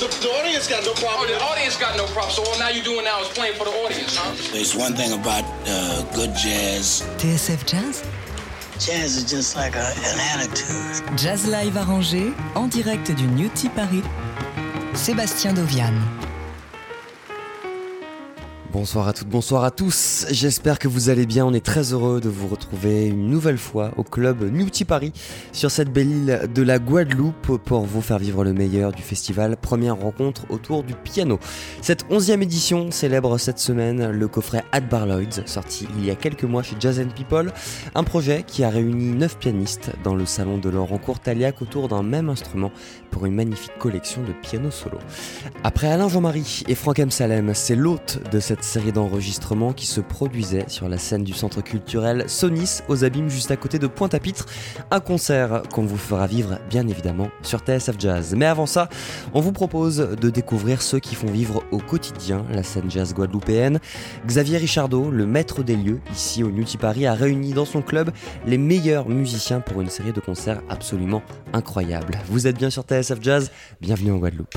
The audience got no problem. Oh, the audience got no problem. So all now you're doing now is playing for the audience, huh? There's one thing about good jazz. TSF Jazz. Jazz is just like an attitude. Jazz Live arrangé en direct du New Tea Paris. Sébastien Dovian. Bonsoir à toutes, bonsoir à tous, j'espère que vous allez bien, on est très heureux de vous retrouver une nouvelle fois au club New Tea Paris sur cette belle île de la Guadeloupe pour vous faire vivre le meilleur du festival Première rencontre autour du piano. Cette 11e édition célèbre cette semaine le coffret At Bar Lloyd's, sorti il y a quelques mois chez Jazz & People, un projet qui a réuni 9 pianistes dans le salon de Laurent Courtaliac autour d'un même instrument pour une magnifique collection de piano solo. Après Alain Jean-Marie et Franck M. Salem, c'est l'hôte de cette série d'enregistrements qui se produisait sur la scène du centre culturel Sonis aux Abîmes juste à côté de Pointe-à-Pitre, un concert qu'on vous fera vivre bien évidemment sur TSF Jazz. Mais avant ça, on vous propose de découvrir ceux qui font vivre au quotidien la scène jazz guadeloupéenne. Xavier Richardot, le maître des lieux ici au New Tea Paris, a réuni dans son club les meilleurs musiciens pour une série de concerts absolument incroyables. Vous êtes bien sur TSF Jazz, bienvenue en Guadeloupe.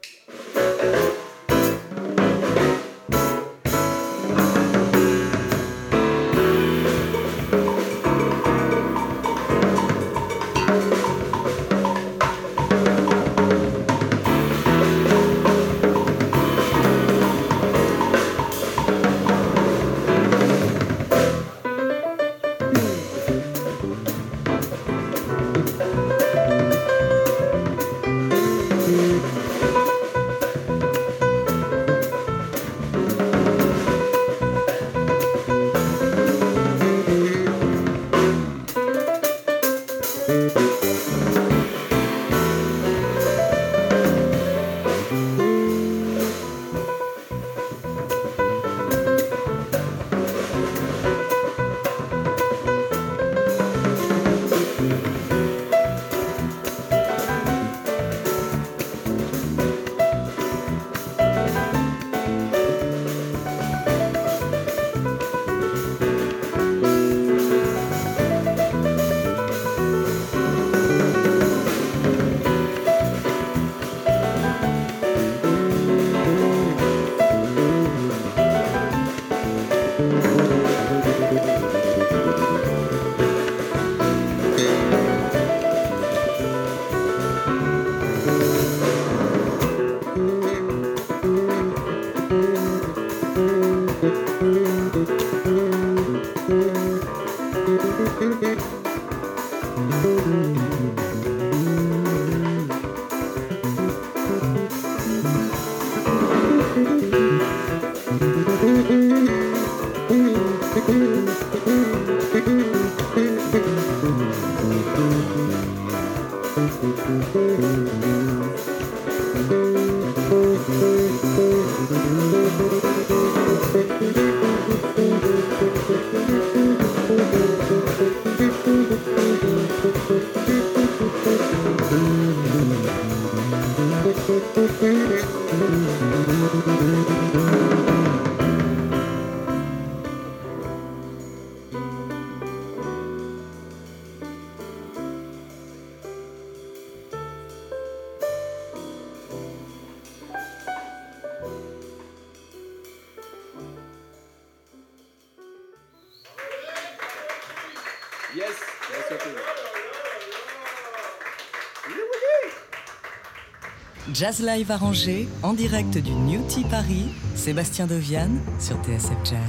Jazz Live arrangé en direct du New Tea Paris, Sébastien Dovian sur TSF Jazz.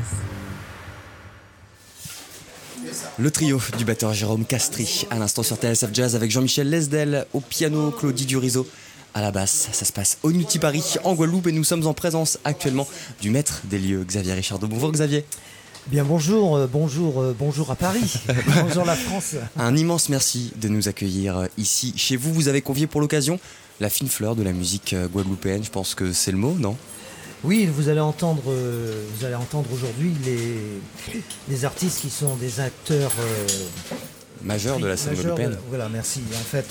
Le trio du batteur Jérôme Castry, à l'instant sur TSF Jazz avec Jean-Michel Lesdel au piano, Claudie Durizo à la basse. Ça se passe au New Tea Paris en Guadeloupe et nous sommes en présence actuellement du maître des lieux, Xavier Richardot. Bonjour Xavier. Bien bonjour à Paris, bonjour la France. Un immense merci de nous accueillir ici chez vous. Vous avez convié pour l'occasion la fine fleur de la musique guadeloupéenne, je pense que c'est le mot, non ? Oui, vous allez entendre aujourd'hui les artistes qui sont des acteurs majeurs de la scène guadeloupéenne. Voilà, merci. En fait,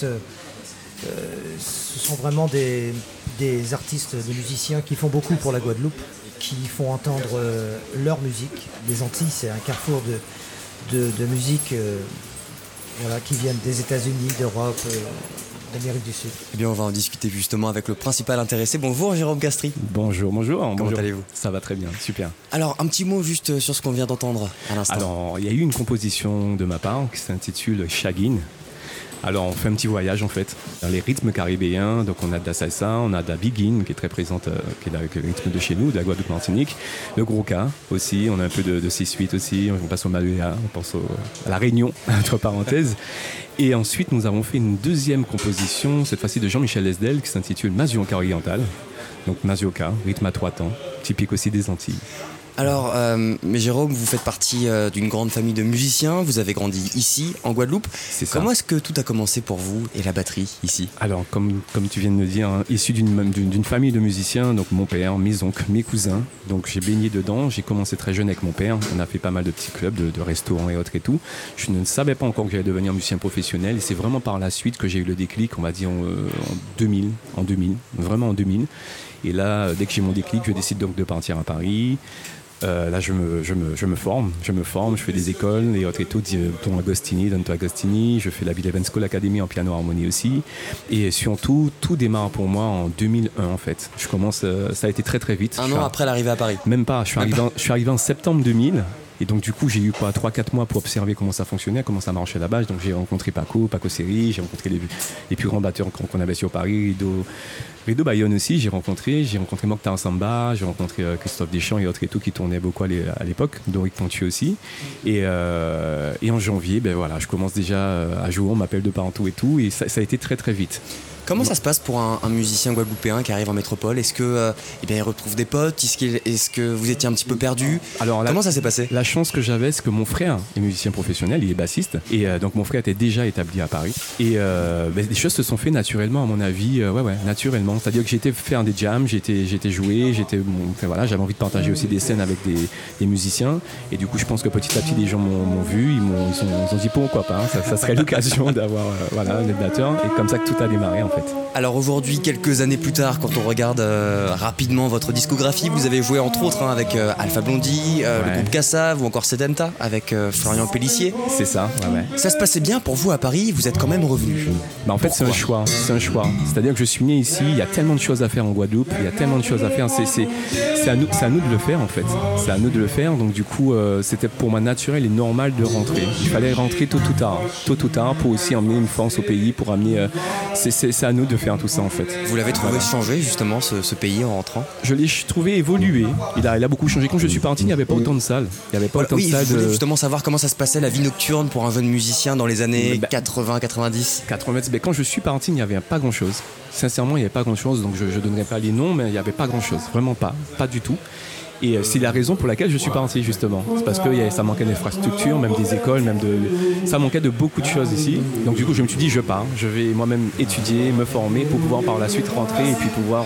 ce sont vraiment des artistes, des musiciens qui font beaucoup pour la Guadeloupe, qui font entendre leur musique. Les Antilles, c'est un carrefour de musique qui viennent des États-Unis, d'Europe, d'Amérique du Sud. Eh bien, on va en discuter justement avec le principal intéressé. Bonjour Jérôme Castries. Bonjour. Comment allez-vous ? Ça va très bien, super. Alors, un petit mot juste sur ce qu'on vient d'entendre à l'instant. Alors, il y a eu une composition de ma part qui s'intitule Chagin. Alors, on fait un petit voyage en fait dans les rythmes caribéens. Donc, on a de la salsa, on a de la biguine qui est très présente, qui est avec le rythme de chez nous, de la Guadeloupe Martinique. Le gros cas aussi, on a un peu de 6-8 aussi. On passe au Maléa, on pense à la Réunion, entre parenthèses. Et ensuite, nous avons fait une deuxième composition, cette fois-ci de Jean-Michel Esdel, qui s'intitule Mazioka orientale. Donc, Mazioka, rythme à 3 temps, typique aussi des Antilles. Alors, mais Jérôme, vous faites partie d'une grande famille de musiciens, vous avez grandi ici, en Guadeloupe. C'est ça. Comment est-ce que tout a commencé pour vous et la batterie ici ? Alors, comme tu viens de le dire, hein, issu d'une famille de musiciens, donc mon père, mes oncles, mes cousins. Donc j'ai baigné dedans, j'ai commencé très jeune avec mon père. On a fait pas mal de petits clubs, de restaurants et autres et tout. Je ne savais pas encore que j'allais devenir musicien professionnel et c'est vraiment par la suite que j'ai eu le déclic, on va dire en 2000, vraiment en 2000. Et là, dès que j'ai mon déclic, je décide donc de partir à Paris. Là, je me forme, je fais des écoles et autres et tout, Don Agostini, je fais la Bill Evans School Academy en piano harmonie aussi. Et surtout, tout démarre pour moi en 2001 en fait. Je commence, ça a été très très vite. Un an après l'arrivée à Paris ? Même pas, je suis arrivé en septembre 2000. Et donc du coup j'ai eu 3-4 mois pour observer comment ça fonctionnait, comment ça marchait là-bas. Donc j'ai rencontré Paco Seri, j'ai rencontré les plus grands batteurs qu'on avait sur Paris, Rido Bayonne aussi, j'ai rencontré Mokhtar Samba, j'ai rencontré Christophe Deschamps et autres et tout qui tournaient beaucoup à l'époque, Doric Pontieux aussi. Et en janvier, ben voilà, je commence déjà à jouer, on m'appelle de partout et tout, et ça a été très très vite. Comment ça se passe pour un musicien guadeloupéen qui arrive en métropole ? Est-ce que il retrouve des potes ? Est-ce que vous étiez un petit peu perdu ? Alors, comment ça s'est passé ? La chance que j'avais, c'est que mon frère est musicien professionnel, il est bassiste, et donc mon frère était déjà établi à Paris. Et les choses se sont fait naturellement, à mon avis, naturellement. C'est-à-dire que j'étais faire des jams, j'étais jouer, j'avais envie de partager aussi des scènes avec des musiciens. Et du coup, je pense que petit à petit, les gens m'ont vu, ils ont dit pourquoi pas, hein, ça serait l'occasion d'avoir un batteur. Et comme ça que tout a démarré en fait. Alors aujourd'hui, quelques années plus tard, quand on regarde rapidement votre discographie, vous avez joué entre autres avec Alpha Blondy, le groupe Kassav ou encore Sedenta avec Florian Pellissier. C'est ça, ouais. Ça se passait bien pour vous à Paris, vous êtes quand même revenu. En fait, c'est un choix. C'est-à-dire que je suis né ici, il y a tellement de choses à faire en Guadeloupe, c'est à nous de le faire en fait. C'est à nous de le faire, donc du coup, c'était pour moi naturel et normal de rentrer. Il fallait rentrer tôt ou tard pour aussi emmener une force au pays, pour amener... C'est à nous de faire tout ça en fait. Vous l'avez trouvé changer justement ce pays en rentrant ? Je l'ai trouvé évoluer. Il a beaucoup changé. Quand je suis parti, il n'y avait pas autant de salles. Je voulais justement savoir comment ça se passait la vie nocturne pour un jeune musicien dans les années 80-90. Quand je suis parti, il n'y avait pas grand chose. Sincèrement, il n'y avait pas grand chose. Donc je ne donnerai pas les noms, mais il n'y avait pas grand chose. Vraiment pas du tout. Et c'est la raison pour laquelle je suis parti justement. C'est parce que ça manquait d'infrastructures, même des écoles, ça manquait de beaucoup de choses ici. Donc du coup je me suis dit je pars, je vais moi-même étudier, me former pour pouvoir par la suite rentrer et puis pouvoir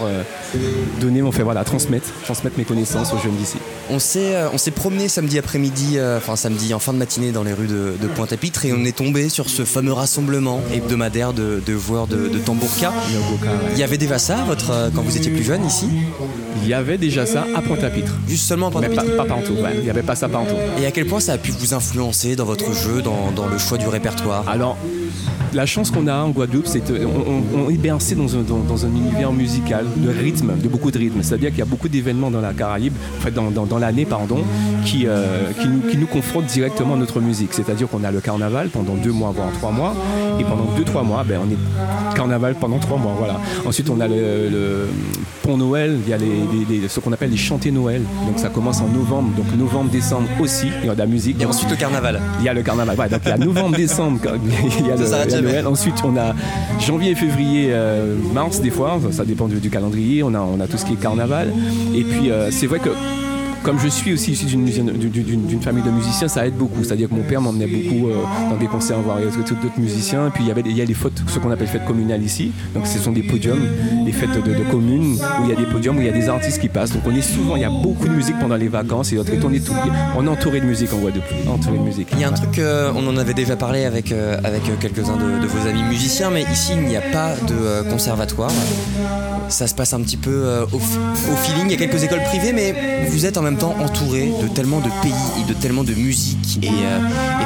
transmettre mes connaissances aux jeunes d'ici. On s'est promené samedi après-midi, samedi en fin de matinée dans les rues de Pointe-à-Pitre et on est tombé sur ce fameux rassemblement hebdomadaire de joueurs de tambourka. Il y avait déjà ça quand vous étiez plus jeune ici ? Il y avait déjà ça à Pointe-à-Pitre. Juste seulement à Pointe-à-Pitre ? Pas partout, il n'y avait pas ça partout. Et à quel point ça a pu vous influencer dans votre jeu, dans le choix du répertoire ? Alors, la chance qu'on a en Guadeloupe, c'est qu'on est bercé dans un univers musical, de beaucoup de rythmes. C'est-à-dire qu'il y a beaucoup d'événements dans la Caraïbe, dans l'année, qui nous confrontent directement à notre musique. C'est-à-dire qu'on a le carnaval pendant 2 mois, voire 3 mois, et pendant 2-3 mois, on est carnaval pendant 3 mois, voilà. Ensuite, on a pour Noël, il y a ce qu'on appelle les chantés Noël. Donc ça commence en novembre, donc novembre-décembre aussi, il y a de la musique. Et ensuite le carnaval. Il y a le carnaval, donc il y a novembre-décembre, il y a le Noël. Ensuite on a janvier, février, mars des fois, ça dépend du calendrier, on a tout ce qui est carnaval. Et puis c'est vrai que comme je suis aussi issu d'une famille de musiciens, ça aide beaucoup. C'est-à-dire que mon père m'emmenait beaucoup dans des concerts voir d'autres musiciens. Et puis il y a les fêtes, ce qu'on appelle fêtes communales ici. Donc ce sont des podiums, des fêtes de communes où il y a des podiums, où il y a des artistes qui passent. Donc il y a beaucoup de musique pendant les vacances et autres. On est entouré de musique en Guadeloupe. Entouré de musique. Il y a un truc, on en avait déjà parlé avec quelques-uns de vos amis musiciens, mais ici il n'y a pas de conservatoire. Ça se passe un petit peu au feeling. Il y a quelques écoles privées, mais vous êtes en même temps entouré de tellement de pays et de tellement de musique et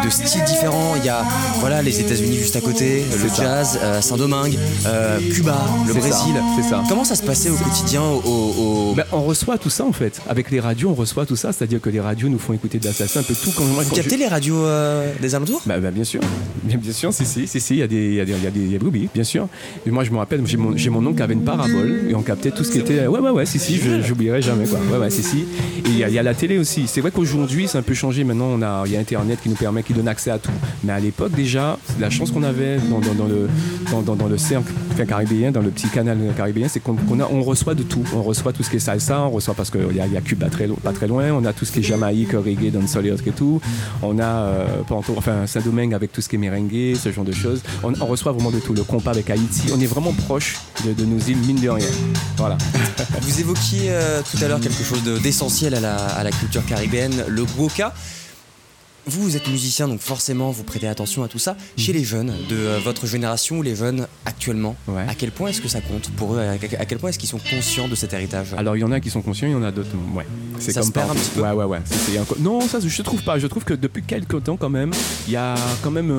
de styles différents. Il y a les États-Unis juste à côté, le jazz, Saint-Domingue, Cuba, le Brésil. C'est ça. Comment ça se passait au quotidien On reçoit tout ça en fait. Avec les radios, on reçoit tout ça. C'est-à-dire que les radios nous font écouter d'Assassin, un peu tout. Vous captez les radios des alentours? Bien sûr. Bien sûr, si. Il y a des oui, bien sûr. Et moi, je me rappelle, j'ai mon oncle qui avait une parabole et on captait tout ce qui était. Si, j'oublierai jamais quoi. Si. Et il y a la télé aussi. C'est vrai qu'aujourd'hui, c'est un peu changé. Maintenant, il y a Internet qui donne accès à tout. Mais à l'époque, déjà, la chance qu'on avait dans le cercle caribéen, dans le petit canal caribéen, c'est qu'on reçoit de tout. On reçoit tout ce qui est salsa, on reçoit parce qu'il y a Cuba pas très loin. On a tout ce qui est Jamaïque, reggae, dancehall et autres et tout. On a Saint-Domingue avec tout ce qui est merengue, ce genre de choses. On reçoit vraiment de tout. Le compas avec Haïti. On est vraiment proche de nos îles, mine de rien. Voilà. Vous évoquiez tout à l'heure quelque chose d'essentiel à la culture caribéenne, le guoka. Vous êtes musicien, donc forcément vous prêtez attention à tout ça. Chez les jeunes de votre génération ou les jeunes actuellement, à quel point est-ce que ça compte pour eux? À quel point est-ce qu'ils sont conscients de cet héritage? Alors il y en a qui sont conscients, il y en a d'autres. C'est ça comme se perd un petit peu. Ouais. Non, ça je trouve pas. Je trouve que depuis quelques temps quand même, il y a quand même.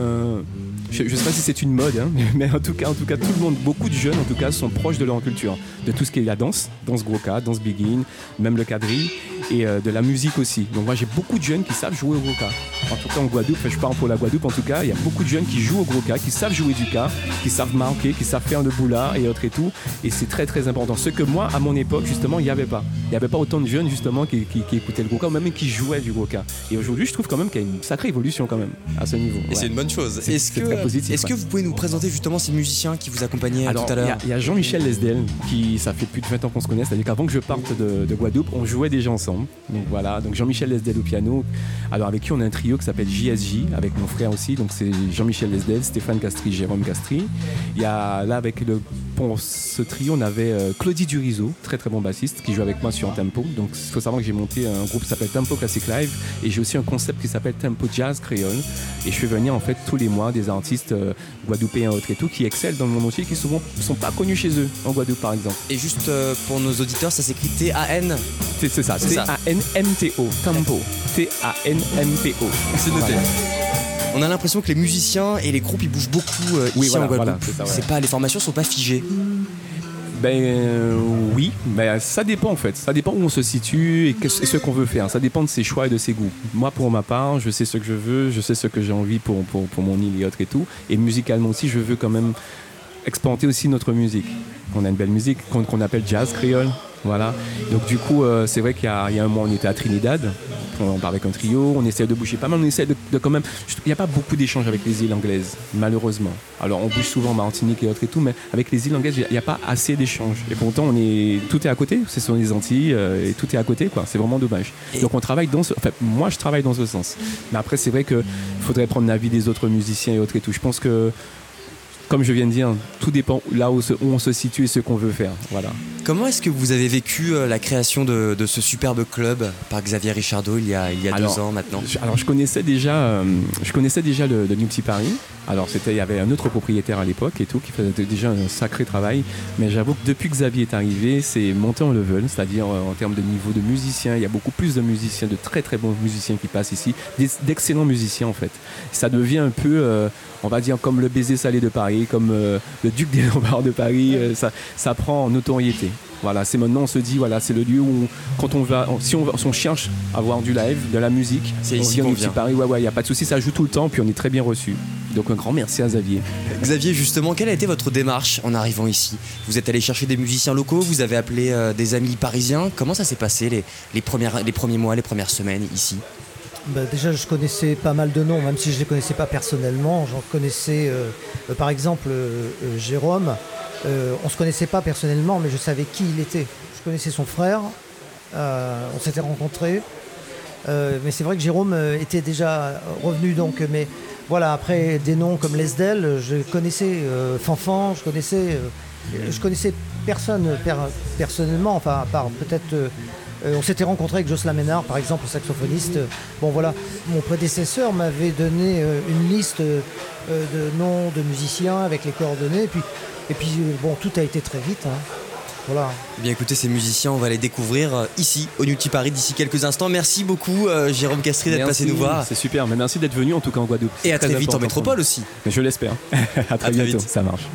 Je sais pas si c'est une mode, hein, mais en tout cas, tout le monde, beaucoup de jeunes en tout cas, sont proches de leur culture, de tout ce qui est la danse guoka, danse begin, même le quadrille et de la musique aussi. Donc moi j'ai beaucoup de jeunes qui savent jouer au guoka. En tout cas en Guadeloupe, je parle pour la Guadeloupe en tout cas, il y a beaucoup de jeunes qui jouent au guoka, qui savent jouer du ka, qui savent marquer, qui savent faire le boula et autres et tout. Et c'est très très important. Ce que moi, à mon époque justement, il n'y avait pas. Il n'y avait pas autant de jeunes justement qui écoutaient le guoka ou même qui jouaient du guoka. Et aujourd'hui, je trouve quand même qu'il y a une sacrée évolution quand même à ce niveau. Et c'est une bonne chose. C'est très positif. Est-ce que vous pouvez nous présenter justement ces musiciens qui vous accompagnaient tout à l'heure? Il y a Jean-Michel Lesdel, ça fait plus de 20 ans qu'on se connaît, c'est-à-dire qu'avant que je parte de Guadeloupe, on jouait déjà ensemble. Donc voilà, donc Jean-Michel Lesdel au piano, alors avec qui on a un trio qui s'appelle JSJ, avec mon frère aussi, donc c'est Jean-Michel Lesdel, Stéphane Castry, Jérôme Castry. Il y a là pour ce trio, on avait Claudie Durizo, très très bon bassiste, qui joue avec moi sur Tempo. Donc il faut savoir que j'ai monté un groupe qui s'appelle Tempo Classic Live et j'ai aussi un concept qui s'appelle Tempo Jazz Créole. Et je fais venir en fait tous les mois des artistes guadeloupéens autres et tout qui excellent dans le monde entier, qui souvent sont pas connus chez eux, en Guadeloupe par exemple. Et juste pour nos auditeurs, ça s'écrit T-A-N. C'est ça, T-A-N-M-T-O, Tempo, T-A-N-M-P-O. C'est noté. Voilà. On a l'impression que les musiciens et les groupes ils bougent beaucoup ici en Guadeloupe. Les formations sont pas figées. Oui, mais ça dépend en fait. Ça dépend où on se situe et ce qu'on veut faire. Ça dépend de ses choix et de ses goûts. Moi, pour ma part, je sais ce que je veux, je sais ce que j'ai envie pour mon île et autres et tout. Et musicalement aussi, je veux quand même exporter aussi notre musique. On a une belle musique qu'on appelle jazz créole. Voilà. Donc du coup, c'est vrai qu'il y a un mois, on était à Trinidad. On part avec un trio, on essaie de bouger pas mal, on essaie de quand même. Il n'y a pas beaucoup d'échanges avec les îles anglaises, malheureusement. Alors on bouge souvent en Martinique et autres et tout, mais avec les îles anglaises, il n'y a pas assez d'échanges. Et pourtant, tout est à côté, ce sont les Antilles, et tout est à côté, quoi. C'est vraiment dommage. Donc on travaille moi je travaille dans ce sens. Mais après, c'est vrai qu'il faudrait prendre l'avis des autres musiciens et autres et tout. Je pense que, comme je viens de dire, tout dépend là où on se situe et ce qu'on veut faire. Voilà. Comment est-ce que vous avez vécu la création de ce superbe club par Xavier Richardot il y a 2 ans maintenant? Alors je connaissais déjà le New Tea Paris. Alors il y avait un autre propriétaire à l'époque et tout qui faisait déjà un sacré travail. Mais j'avoue que depuis que Xavier est arrivé, c'est monté en level, c'est-à-dire en termes de niveau de musiciens. Il y a beaucoup plus de musiciens, de très très bons musiciens qui passent ici, d'excellents musiciens en fait. Ça devient un peu, on va dire, comme le baiser salé de Paris, comme le Duc des Lombards de Paris. Ça prend en notoriété. Voilà, c'est maintenant on se dit voilà, c'est le lieu où quand on va, si on cherche à voir du live, de la musique, c'est ici qu'on vient. Paris, il y a pas de souci, ça joue tout le temps, puis on est très bien reçu. Donc un grand merci à Xavier. Xavier, justement, quelle a été votre démarche en arrivant ici? Vous êtes allé chercher des musiciens locaux, vous avez appelé des amis parisiens. Comment ça s'est passé les premiers mois, les premières semaines ici? Déjà, je connaissais pas mal de noms, même si je ne les connaissais pas personnellement. J'en connaissais, par exemple, Jérôme. On ne se connaissait pas personnellement, mais je savais qui il était. Je connaissais son frère, on s'était rencontrés. Mais c'est vrai que Jérôme était déjà revenu. Donc, mais voilà, après des noms comme Lesdel, je connaissais Fanfan, je connaissais personne personnellement, enfin à part peut-être... on s'était rencontré avec Jocelyn Ménard, par exemple, le saxophoniste. Bon voilà, mon prédécesseur m'avait donné une liste de noms de musiciens avec les coordonnées. Et puis bon, tout a été très vite. Hein. Voilà. Eh bien écoutez, ces musiciens, on va les découvrir ici, au Newty Paris, d'ici quelques instants. Merci beaucoup Jérôme Castry d'être passé nous voir. C'est super, mais merci d'être venu en tout cas en Guadeloupe. Et à C'est très vite en important métropole aussi. Mais je l'espère. À très très bientôt, vite. ça marche.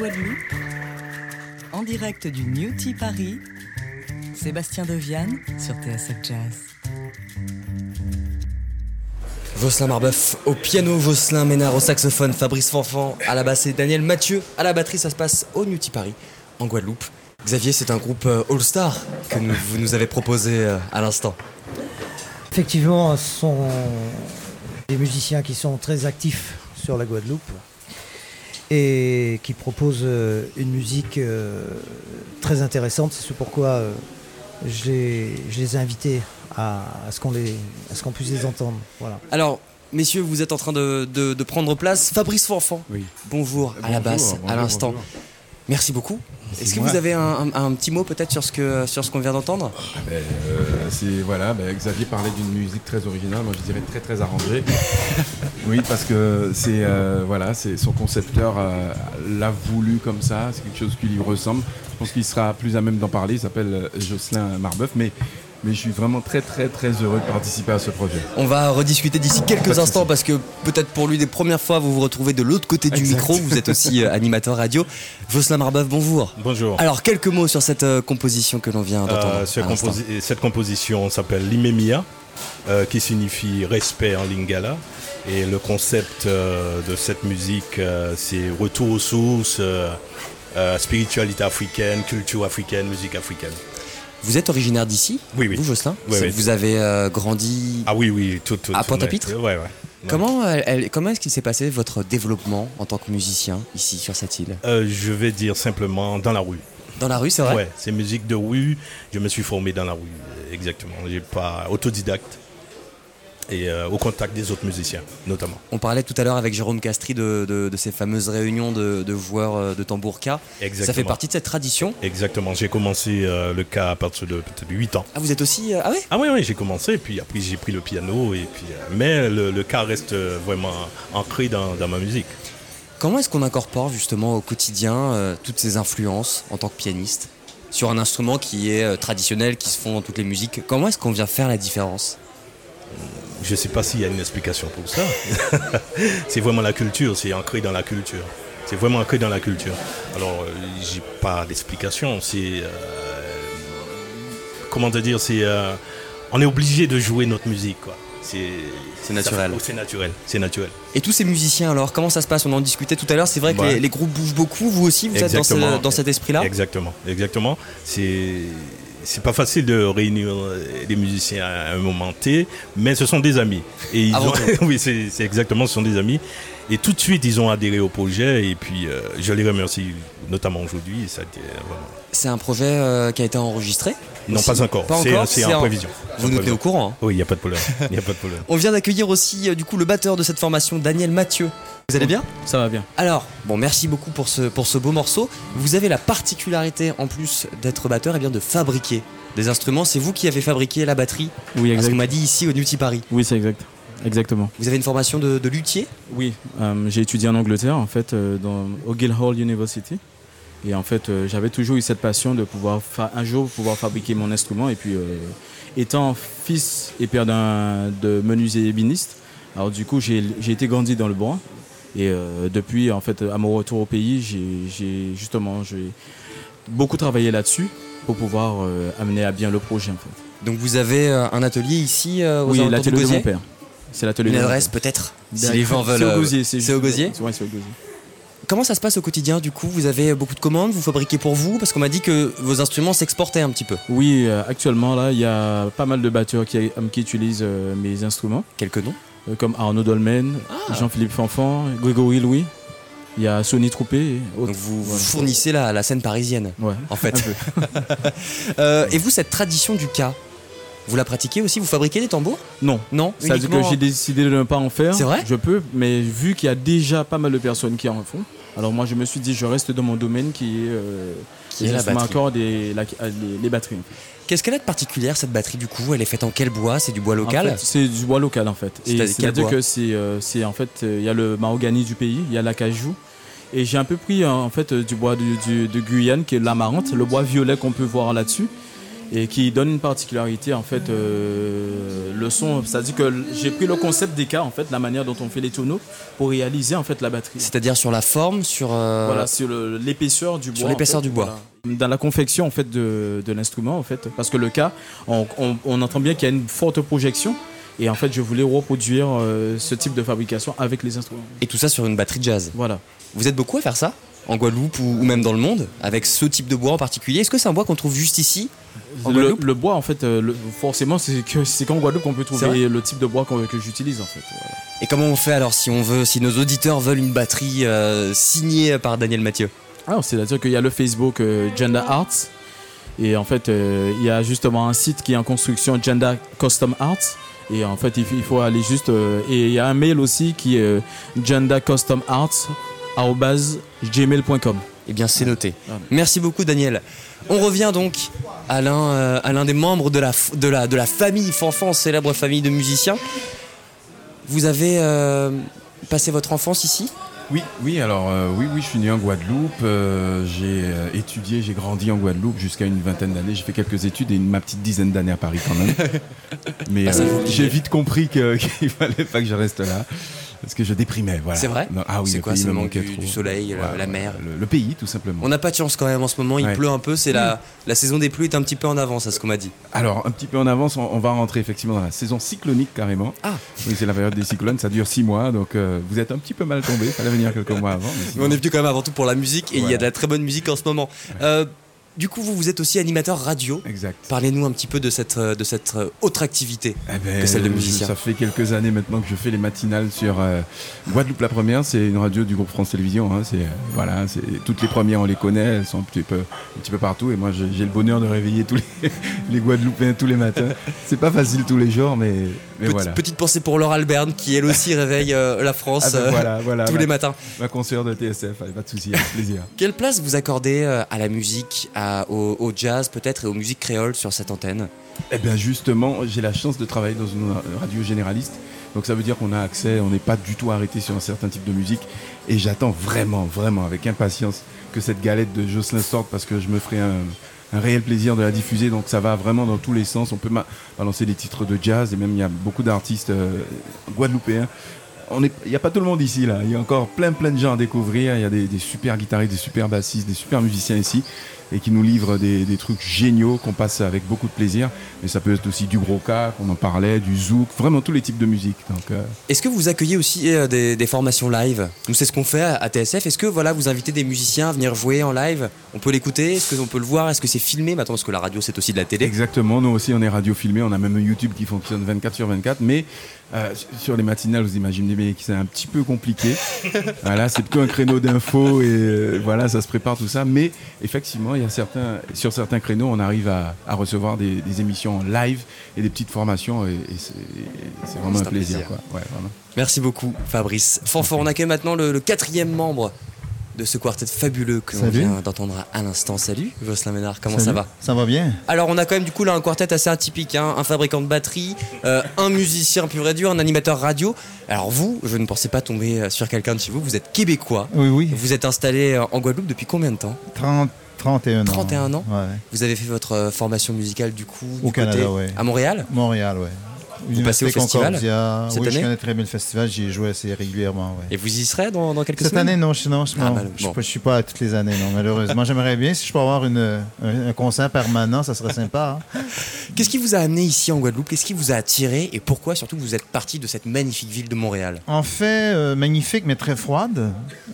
Guadeloupe. En direct du New Tea Paris, Sébastien Deviane sur TSF Jazz. Jocelyn Marbeuf au piano, Jocelyn Ménard au saxophone, Fabrice Fanfan à la basse et Daniel Mathieu à la batterie. Ça se passe au New Tea Paris, en Guadeloupe. Xavier, c'est un groupe all-star que vous nous avez proposé à l'instant. Effectivement, ce sont des musiciens qui sont très actifs sur la Guadeloupe et qui proposent une musique très intéressante. C'est pourquoi je les ai invités à ce qu'on puisse les entendre. Voilà. Alors, messieurs, vous êtes en train de prendre place. Fabrice Fanfan, Oui. bonjour à la basse, à l'instant. Bonjour. Merci beaucoup. Est-ce que vous avez un petit mot peut-être sur ce qu'on vient d'entendre ? Xavier parlait d'une musique très originale, moi je dirais très très arrangée. Oui, parce que c'est son concepteur l'a voulu comme ça, c'est quelque chose qui lui ressemble. Je pense qu'il sera plus à même d'en parler, il s'appelle Jocelyn Marbeuf, mais je suis vraiment très très très heureux de participer à ce projet. On va rediscuter d'ici quelques instants parce que peut-être pour lui des premières fois vous vous retrouvez de l'autre côté du micro, vous êtes aussi animateur radio. Jocelyn Marbeuf, bonjour. Bonjour. Alors quelques mots sur cette composition que l'on vient d'entendre. Cette composition s'appelle Limemia, qui signifie respect en lingala. Et le concept de cette musique, c'est retour aux sources, spiritualité africaine, culture africaine, musique africaine. Vous êtes originaire d'ici ? Oui. Vous, Jocelyn ? Oui. Vous avez grandi tout. à Pointe-à-Pitre ? Ouais. Comment est-ce qu'il s'est passé votre développement en tant que musicien ici sur cette île ? Je vais dire simplement dans la rue. Dans la rue, c'est vrai ? Ouais, c'est musique de rue. Je me suis formé dans la rue, exactement. J'ai pas autodidacte et au contact des autres musiciens, notamment. On parlait tout à l'heure avec Jérôme Castry de ces fameuses réunions de joueurs de tambourka. Exactement. Ça fait partie de cette tradition ? Exactement. J'ai commencé le cas à partir de peut-être 8 ans. Ah, vous êtes aussi... Ah ouais ? Ah oui, j'ai commencé, puis après j'ai pris le piano, et puis, mais le cas reste vraiment ancré dans ma musique. Comment est-ce qu'on incorpore justement au quotidien toutes ces influences en tant que pianiste sur un instrument qui est traditionnel, qui se fond dans toutes les musiques ? Comment est-ce qu'on vient faire la différence ? Je ne sais pas s'il y a une explication pour ça. C'est vraiment la culture, c'est ancré dans la culture. C'est vraiment ancré dans la culture. Alors, j'ai pas d'explication. C'est... comment te dire, c'est... on est obligé de jouer notre musique, quoi. C'est naturel. C'est naturel. Et tous ces musiciens alors, comment ça se passe ? On en discutait tout à l'heure, c'est vrai que les groupes bougent beaucoup, vous aussi, vous êtes dans cet esprit-là ? Exactement. C'est pas facile de réunir des musiciens à un moment T, mais ce sont des amis. Et oui, c'est exactement, ce sont des amis. Et tout de suite, ils ont adhéré au projet, et puis je les remercie notamment aujourd'hui. Et ça a été, vraiment... C'est un projet qui a été enregistré ? Non, pas encore. C'est en prévision. Vous nous tenez au courant, hein ? Oui, il n'y a pas de problème. On vient d'accueillir aussi du coup le batteur de cette formation, Daniel Mathieu. Vous allez bien ? Ça va bien. Alors, merci beaucoup pour ce beau morceau. Vous avez la particularité, en plus d'être batteur, de fabriquer des instruments. C'est vous qui avez fabriqué la batterie ? Oui, exact. Ce qu'on m'a dit ici au New Tea Paris. Oui, c'est exact. Exactement. Vous avez une formation de luthier ? Oui, j'ai étudié en Angleterre, en fait, au Guildhall University. Et en fait, j'avais toujours eu cette passion de pouvoir un jour pouvoir fabriquer mon instrument. Et puis, étant fils et père de menuisier ébéniste, alors du coup, j'ai été grandi dans le bois. Et depuis, en fait, à mon retour au pays, j'ai beaucoup travaillé là-dessus pour pouvoir amener à bien le projet, en fait. Donc vous avez un atelier ici aux Oui, l'atelier de mon père. C'est l'atelier Une de mon adresse père. Peut-être si les gens veulent. C'est au Gosier. C'est au Gosier ? Oui, c'est au Gosier. Comment ça se passe au quotidien du coup ? Vous avez beaucoup de commandes, vous fabriquez pour vous ? Parce qu'on m'a dit que vos instruments s'exportaient un petit peu. Oui, actuellement là, il y a pas mal de batteurs qui utilisent mes instruments. Quelques noms ? Comme Arnaud Dolmen, Jean-Philippe Fanfan, Grégory Louis. Il y a Sonny Troupé. Et autres. Donc vous fournissez la scène parisienne, en fait. Et vous, cette tradition du ka, vous la pratiquez aussi ? Vous fabriquez des tambours ? Non. C'est-à-dire que j'ai décidé de ne pas en faire. C'est vrai ? Je peux, mais vu qu'il y a déjà pas mal de personnes qui en font, alors moi je me suis dit je reste dans mon domaine qui est la batterie. Les batteries. Qu'est-ce qu'elle a de particulière cette batterie du coup ? Elle est faite en quel bois ? C'est du bois local ? En fait, c'est du bois local en fait. C'est-à-dire que c'est en fait il y a le mahogany du pays, il y a l'acajou. Et j'ai un peu pris en fait du bois de Guyane qui est l'amarante, le bois violet qu'on peut voir là-dessus. et qui donne une particularité en fait le son, c'est-à-dire que j'ai pris le concept des cas en fait, la manière dont on fait les tonneaux pour réaliser en fait la batterie. C'est-à-dire sur la forme, sur voilà, sur l'épaisseur du bois. Sur l'épaisseur du bois. Voilà. Dans la confection en fait de l'instrument en fait, parce que le cas, on entend bien qu'il y a une forte projection. Et en fait, je voulais reproduire ce type de fabrication avec les instruments. Et tout ça sur une batterie jazz. Voilà. Vous êtes beaucoup à faire ça en Guadeloupe ou même dans le monde, avec ce type de bois en particulier? Est-ce que c'est un bois qu'on trouve juste ici en Guadeloupe? Le bois, en fait, forcément, c'est qu'en Guadeloupe qu'on peut trouver le type de bois que j'utilise, en fait. Voilà. Et comment on fait alors si nos auditeurs veulent une batterie signée par Daniel Mathieu? Alors, c'est-à-dire qu'il y a le Facebook Janda Arts. Et en fait, il y a justement un site qui est en construction, Janda Custom Arts. Et en fait, il faut aller juste... et il y a un mail aussi qui est jandacustomarts@gmail.com. Eh bien, c'est noté. Merci beaucoup, Daniel. On revient donc à l'un des membres de la famille Fanfan, célèbre famille de musiciens. Vous avez passé votre enfance ici ? Oui, alors je suis né en Guadeloupe, j'ai étudié, j'ai grandi en Guadeloupe jusqu'à une vingtaine d'années, j'ai fait quelques études et ma petite dizaine d'années à Paris quand même. Mais j'ai vite compris qu'il fallait pas que je reste là. Parce que je déprimais, voilà. C'est vrai ? Ah oui, c'est quoi, c'est le manque du soleil, la mer le pays, tout simplement. On n'a pas de chance quand même en ce moment, il pleut un peu, c'est la saison des pluies est un petit peu en avance, à ce qu'on m'a dit. Alors, un petit peu en avance, on va rentrer effectivement dans la saison cyclonique carrément. Ah. Oui, c'est la période des cyclones, ça dure 6 mois, donc vous êtes un petit peu mal tombé, il fallait venir quelques mois avant. Mais on est venu quand même avant tout pour la musique, et il y a de la très bonne musique en ce moment. Du coup, vous êtes aussi animateur radio. Exact. Parlez-nous un petit peu de cette autre activité que celle de musicien. Ça fait quelques années maintenant que je fais les matinales sur Guadeloupe la première. C'est une radio du groupe France Télévisions. Hein. Toutes les premières, on les connaît. Elles sont un petit peu partout. Et moi, j'ai le bonheur de réveiller tous les Guadeloupéens tous les matins. C'est pas facile tous les jours, mais voilà. Petite pensée pour Laure Alberne, qui elle aussi réveille la France tous les matins. Ma consoeur de TSF, pas de souci, avec plaisir. Quelle place vous accordez à la musique, au jazz peut-être et aux musiques créoles sur cette antenne? Eh bien justement, j'ai la chance de travailler dans une radio généraliste. Donc ça veut dire qu'on a accès, on n'est pas du tout arrêté sur un certain type de musique. Et j'attends vraiment, avec impatience que cette galette de Jocelyn sorte parce que je me ferai un réel plaisir de la diffuser. Donc ça va vraiment dans tous les sens. On peut balancer des titres de jazz et même il y a beaucoup d'artistes guadeloupéens. Il n'y a pas tout le monde ici là. Il y a encore plein de gens à découvrir. Il y a des super guitaristes, des super bassistes, des super musiciens ici et qui nous livrent des trucs géniaux qu'on passe avec beaucoup de plaisir. Mais ça peut être aussi du gros cas, qu'on en parlait, du zouk, vraiment tous les types de musique. Donc, Est-ce que vous accueillez aussi des formations live? Nous, c'est ce qu'on fait à TSF. Est-ce que vous invitez des musiciens à venir jouer en live? On peut l'écouter? Est-ce qu'on peut le voir? Est-ce que c'est filmé maintenant? Parce que la radio, c'est aussi de la télé. Exactement, nous aussi on est radio filmé. On a même un YouTube qui fonctionne 24/24. Mais sur les matinales, vous imaginez bien que c'est un petit peu compliqué. Voilà, c'est plutôt un créneau d'infos et voilà, ça se prépare tout ça. Mais effectivement, sur certains créneaux, on arrive à recevoir des émissions live et des petites formations et c'est vraiment un plaisir. Quoi. Ouais, vraiment. Merci beaucoup, Fabrice. Fanfan, on accueille maintenant le 4e membre de ce quartet fabuleux que l'on vient d'entendre à l'instant. Salut, Jocelyn Ménard, comment ça va? Ça va bien. Alors, on a quand même du coup là un quartet assez atypique, hein, un fabricant de batterie, un musicien pur et dur, un animateur radio. Alors vous, je ne pensais pas tomber sur quelqu'un de chez vous, vous êtes québécois. Oui. Vous êtes installé en Guadeloupe depuis combien de temps? 31 ans. 31 ans. Ouais. Vous avez fait votre formation musicale du coup au Canada, ouais. À Montréal? Montréal, oui. Vous passez au festival cette année? Je connais très bien le festival, j'y ai joué assez régulièrement. Ouais. Et vous y serez dans quelques semaines? Cette année, non. Je ne suis pas à toutes les années, non, malheureusement. J'aimerais bien, si je peux avoir un concert permanent, ça serait sympa. Hein? Qu'est-ce qui vous a amené ici en Guadeloupe? Qu'est-ce qui vous a attiré? Et pourquoi surtout vous êtes parti de cette magnifique ville de Montréal? En fait, magnifique, mais très froide.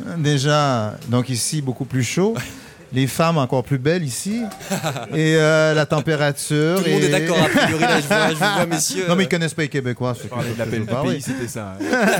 Déjà, donc ici, beaucoup plus chaud. Les femmes encore plus belles ici. Et la température. Tout le monde est d'accord, a priori, là, je vous vois, messieurs. Non, mais ils connaissent pas les Québécois. Parler de la belle pays, c'était ça.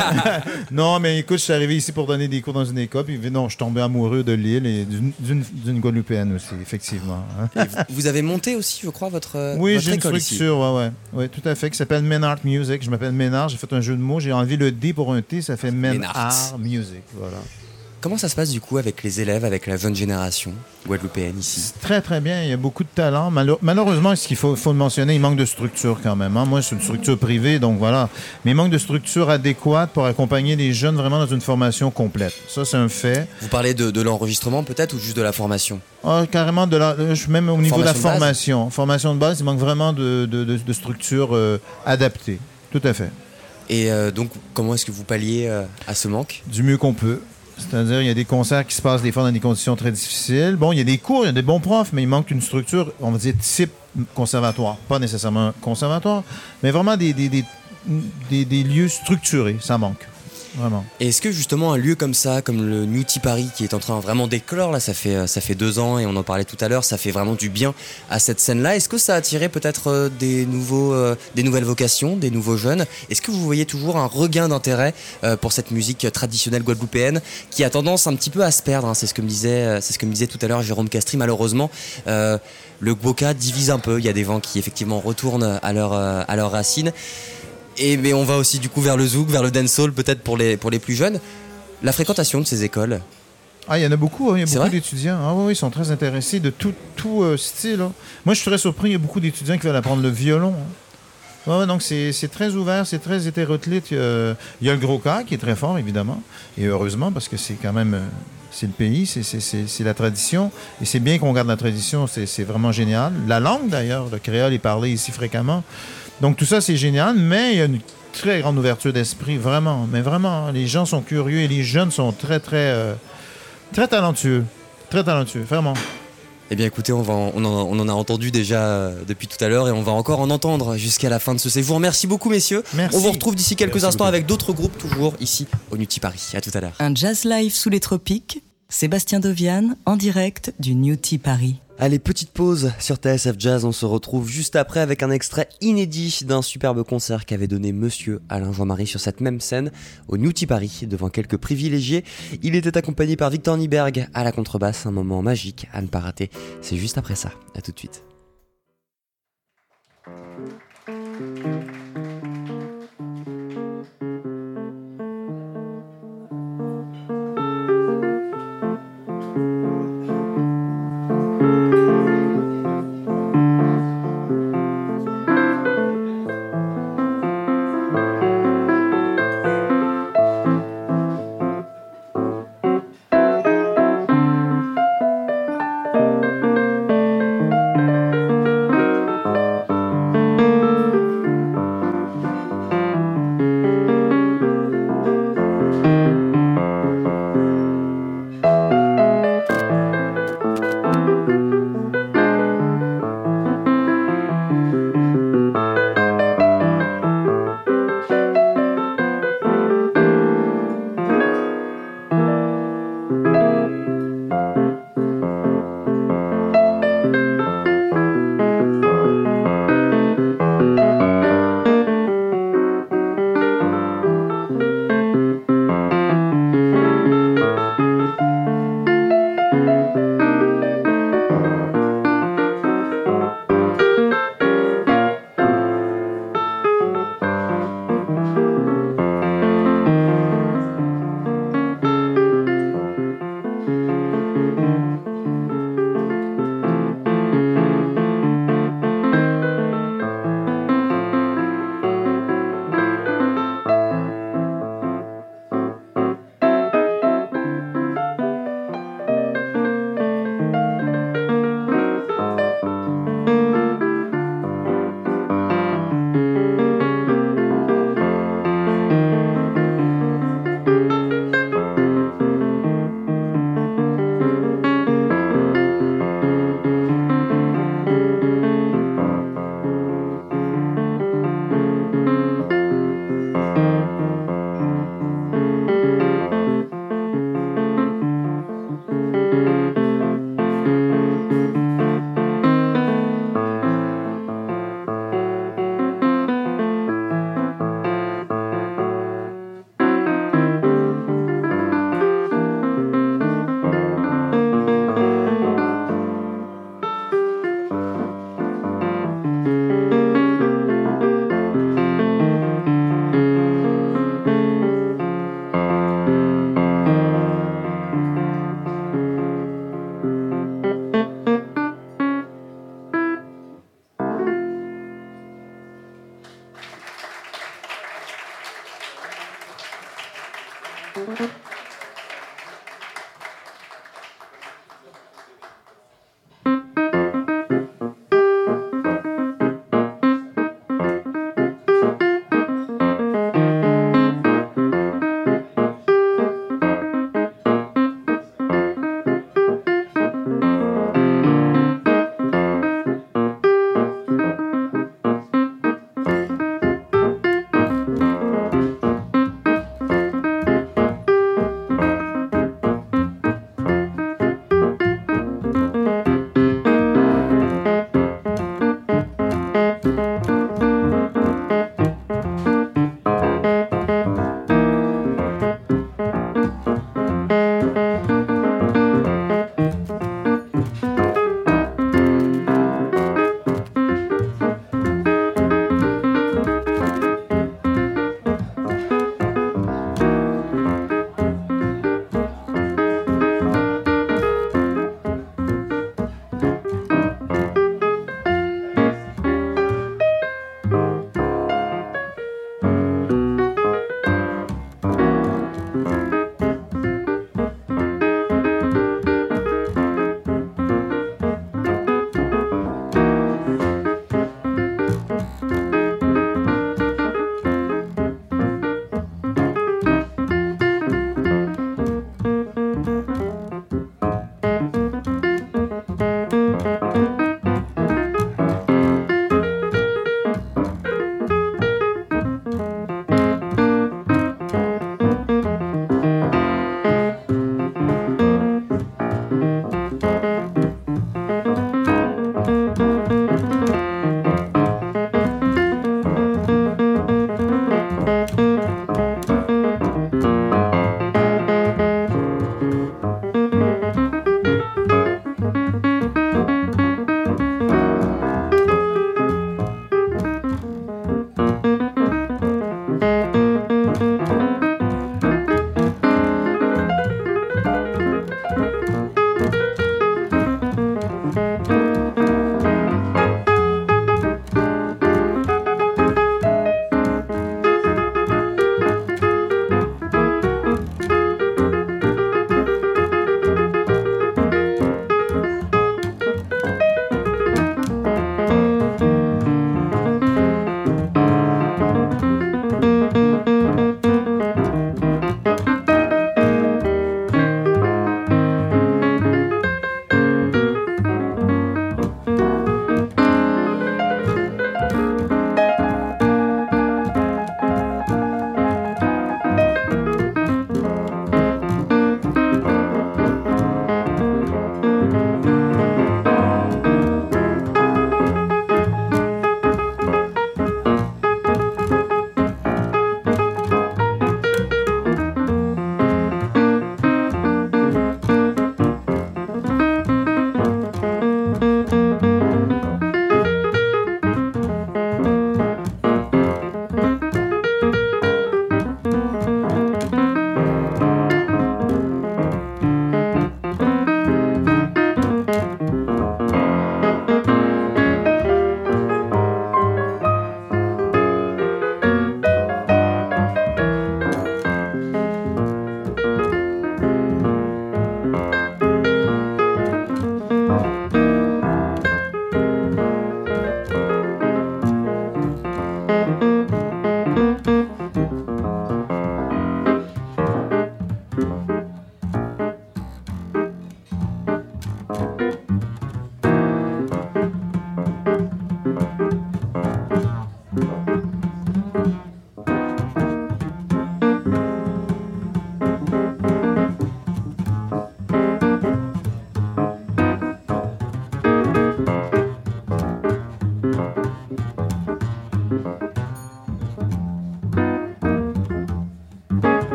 Non, mais écoute, je suis arrivé ici pour donner des cours dans une école. Puis non, je suis tombé amoureux de l'île et d'une Guadeloupéenne aussi, effectivement. Hein. Vous avez monté aussi, je crois, votre Oui, j'ai une structure, oui, tout à fait, qui s'appelle Ménard Music. Je m'appelle Ménard, j'ai fait un jeu de mots. J'ai enlevé le D pour un T, ça fait Ménard Music. Voilà. Comment ça se passe du coup avec les élèves, avec la jeune génération guadeloupéenne ici? Très très bien, il y a beaucoup de talent. Malheureusement, ce qu'il faut le mentionner, il manque de structure quand même. Hein. Moi, c'est une structure privée, donc voilà. Mais il manque de structure adéquate pour accompagner les jeunes vraiment dans une formation complète. Ça, c'est un fait. Vous parlez de l'enregistrement peut-être ou juste de la formation? Carrément, même au niveau de la formation. Formation de base, il manque vraiment de structure adaptée. Tout à fait. Et donc, comment est-ce que vous palliez à ce manque? Du mieux qu'on peut. C'est-à-dire, il y a des concerts qui se passent des fois dans des conditions très difficiles. Bon, il y a des cours, il y a des bons profs, mais il manque une structure, on va dire, type conservatoire. Pas nécessairement conservatoire, mais vraiment des lieux structurés. Ça manque. Vraiment. Et est-ce que justement un lieu comme ça, comme le Newty Paris, qui est en train vraiment d'éclore, là, ça fait 2 ans et on en parlait tout à l'heure, ça fait vraiment du bien à cette scène-là. Est-ce que ça a attiré peut-être des nouvelles vocations, des nouveaux jeunes? Est-ce que vous voyez toujours un regain d'intérêt pour cette musique traditionnelle guadeloupéenne qui a tendance un petit peu à se perdre, hein? C'est ce que me disait tout à l'heure Jérôme Castry. Malheureusement, le Gwoka divise un peu. Il y a des vents qui effectivement retournent à leurs racines. Mais on va aussi du coup vers le zouk, vers le dancehall peut-être pour les plus jeunes. La fréquentation de ces écoles. Ah, il y en a beaucoup, hein. Il y a beaucoup vrai? d'étudiants. Ah oui, ils sont très intéressés de tout style. Hein. Moi, je suis très surpris, il y a beaucoup d'étudiants qui veulent apprendre le violon. Hein. Ouais, donc c'est très ouvert, c'est très hétéroclite. Il y a le Gwoka qui est très fort, évidemment. Et heureusement, parce que c'est quand même... c'est le pays, c'est la tradition. Et c'est bien qu'on garde la tradition, c'est vraiment génial. La langue, d'ailleurs, le créole est parlé ici fréquemment. Donc tout ça, c'est génial, mais il y a une très grande ouverture d'esprit, vraiment. Mais vraiment, les gens sont curieux et les jeunes sont très, très, très talentueux. Très talentueux, vraiment. Eh bien écoutez, on en a entendu déjà depuis tout à l'heure et on va encore en entendre jusqu'à la fin de ce séjour. Merci beaucoup messieurs. Merci. On vous retrouve d'ici quelques instants avec d'autres groupes toujours ici au Newty Paris. À tout à l'heure. Un jazz live sous les tropiques, Sébastien Dovian en direct du Newty Paris. Allez, petite pause sur TSF Jazz, on se retrouve juste après avec un extrait inédit d'un superbe concert qu'avait donné Monsieur Alain Jean-Marie sur cette même scène au Newty Paris devant quelques privilégiés. Il était accompagné par Victor Nyberg à la contrebasse, un moment magique à ne pas rater. C'est juste après ça, à tout de suite.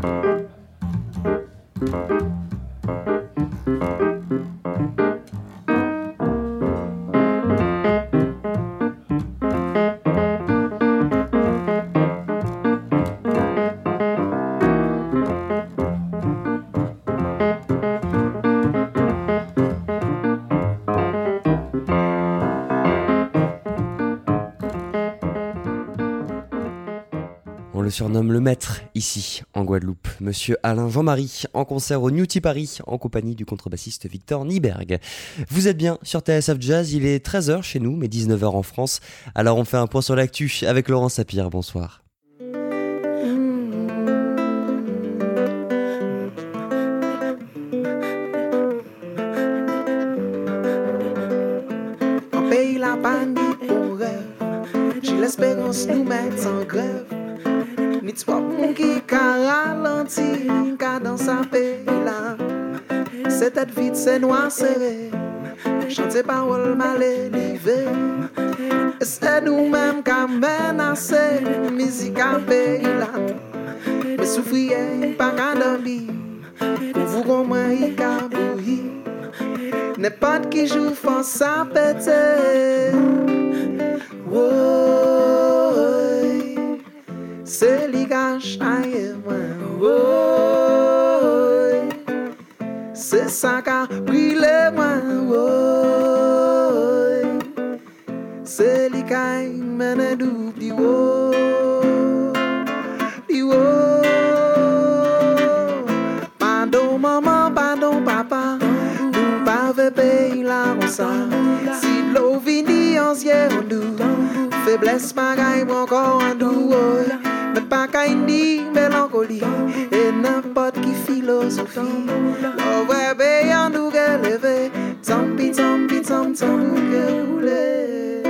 On le surnomme le maître ici en Guadeloupe, Monsieur Alain Jean-Marie, en concert au Newty Paris en compagnie du contrebassiste Victor Nyberg. Vous êtes bien sur TSF Jazz, il est 13h chez nous mais 19h en France. Alors on fait un point sur l'actu avec Laurent Sapir, bonsoir. En pays la panique pour rêve, j'ai l'espérance nous mettre en grève. Ni toi mon qui ralenti, cadence à paix là. C'est tête vide, c'est noir serré. Chanter paroles mal élevées. Et c'est nous-mêmes qui menacé, musique à paix là. Mais souffriez, pas qu'à dormir. Pour vous comprendre, qu'à bouillir. N'importe qui joue, force à péter. C'est l'igage aïe moi, c'est ça qu'a brûlé moi, c'est l'igage mène d'oubli, pardon maman, pardon papa, nous pas payer la rosa, si l'eau vini en ciel en doux, faiblesse magaille encore en doux. Mais pas qu'à ni mélancolie et n'importe qui philosophie. Oh ouais, ben en nous lever, tampi tampi tam tam que rouler.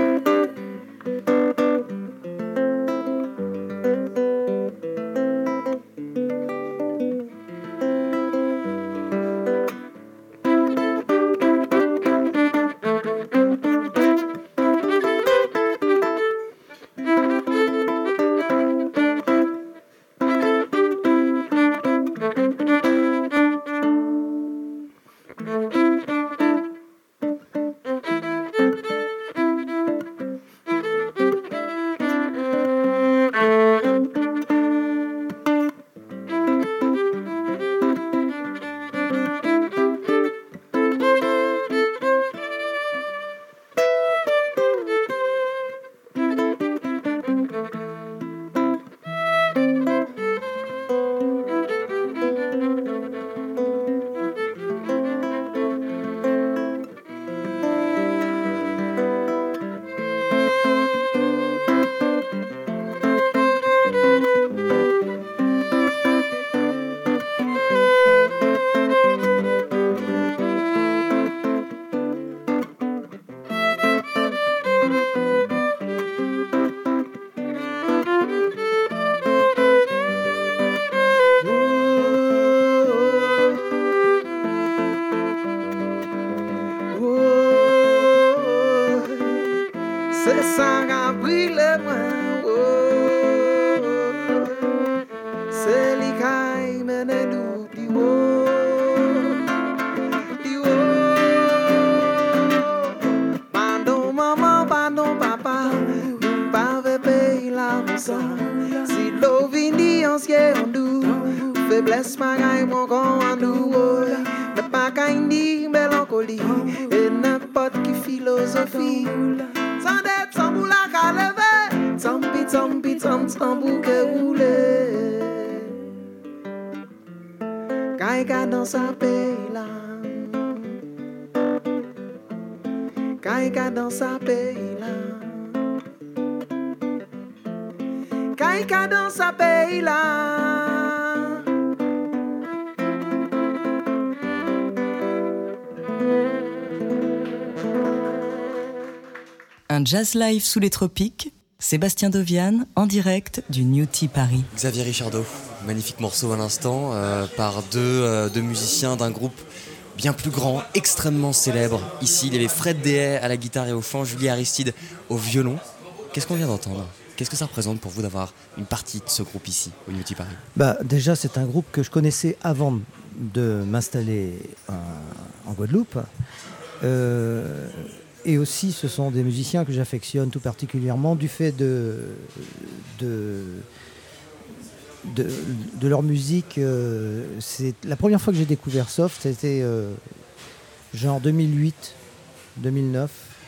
Un jazz live sous les tropiques, Sébastien Dovian en direct du Newty Paris. Xavier Richardot, magnifique morceau à l'instant par deux musiciens d'un groupe bien plus grand, extrêmement célèbre. Ici, il y avait Fred Deshaies à la guitare et au chant, Julie Aristide au violon. Qu'est-ce qu'on vient d'entendre ? Qu'est-ce que ça représente pour vous d'avoir une partie de ce groupe ici, au Newty Paris ? Déjà, c'est un groupe que je connaissais avant de m'installer en Guadeloupe. Et aussi, ce sont des musiciens que j'affectionne tout particulièrement du fait de leur musique. C'est la première fois que j'ai découvert Soft, c'était genre 2008, 2009.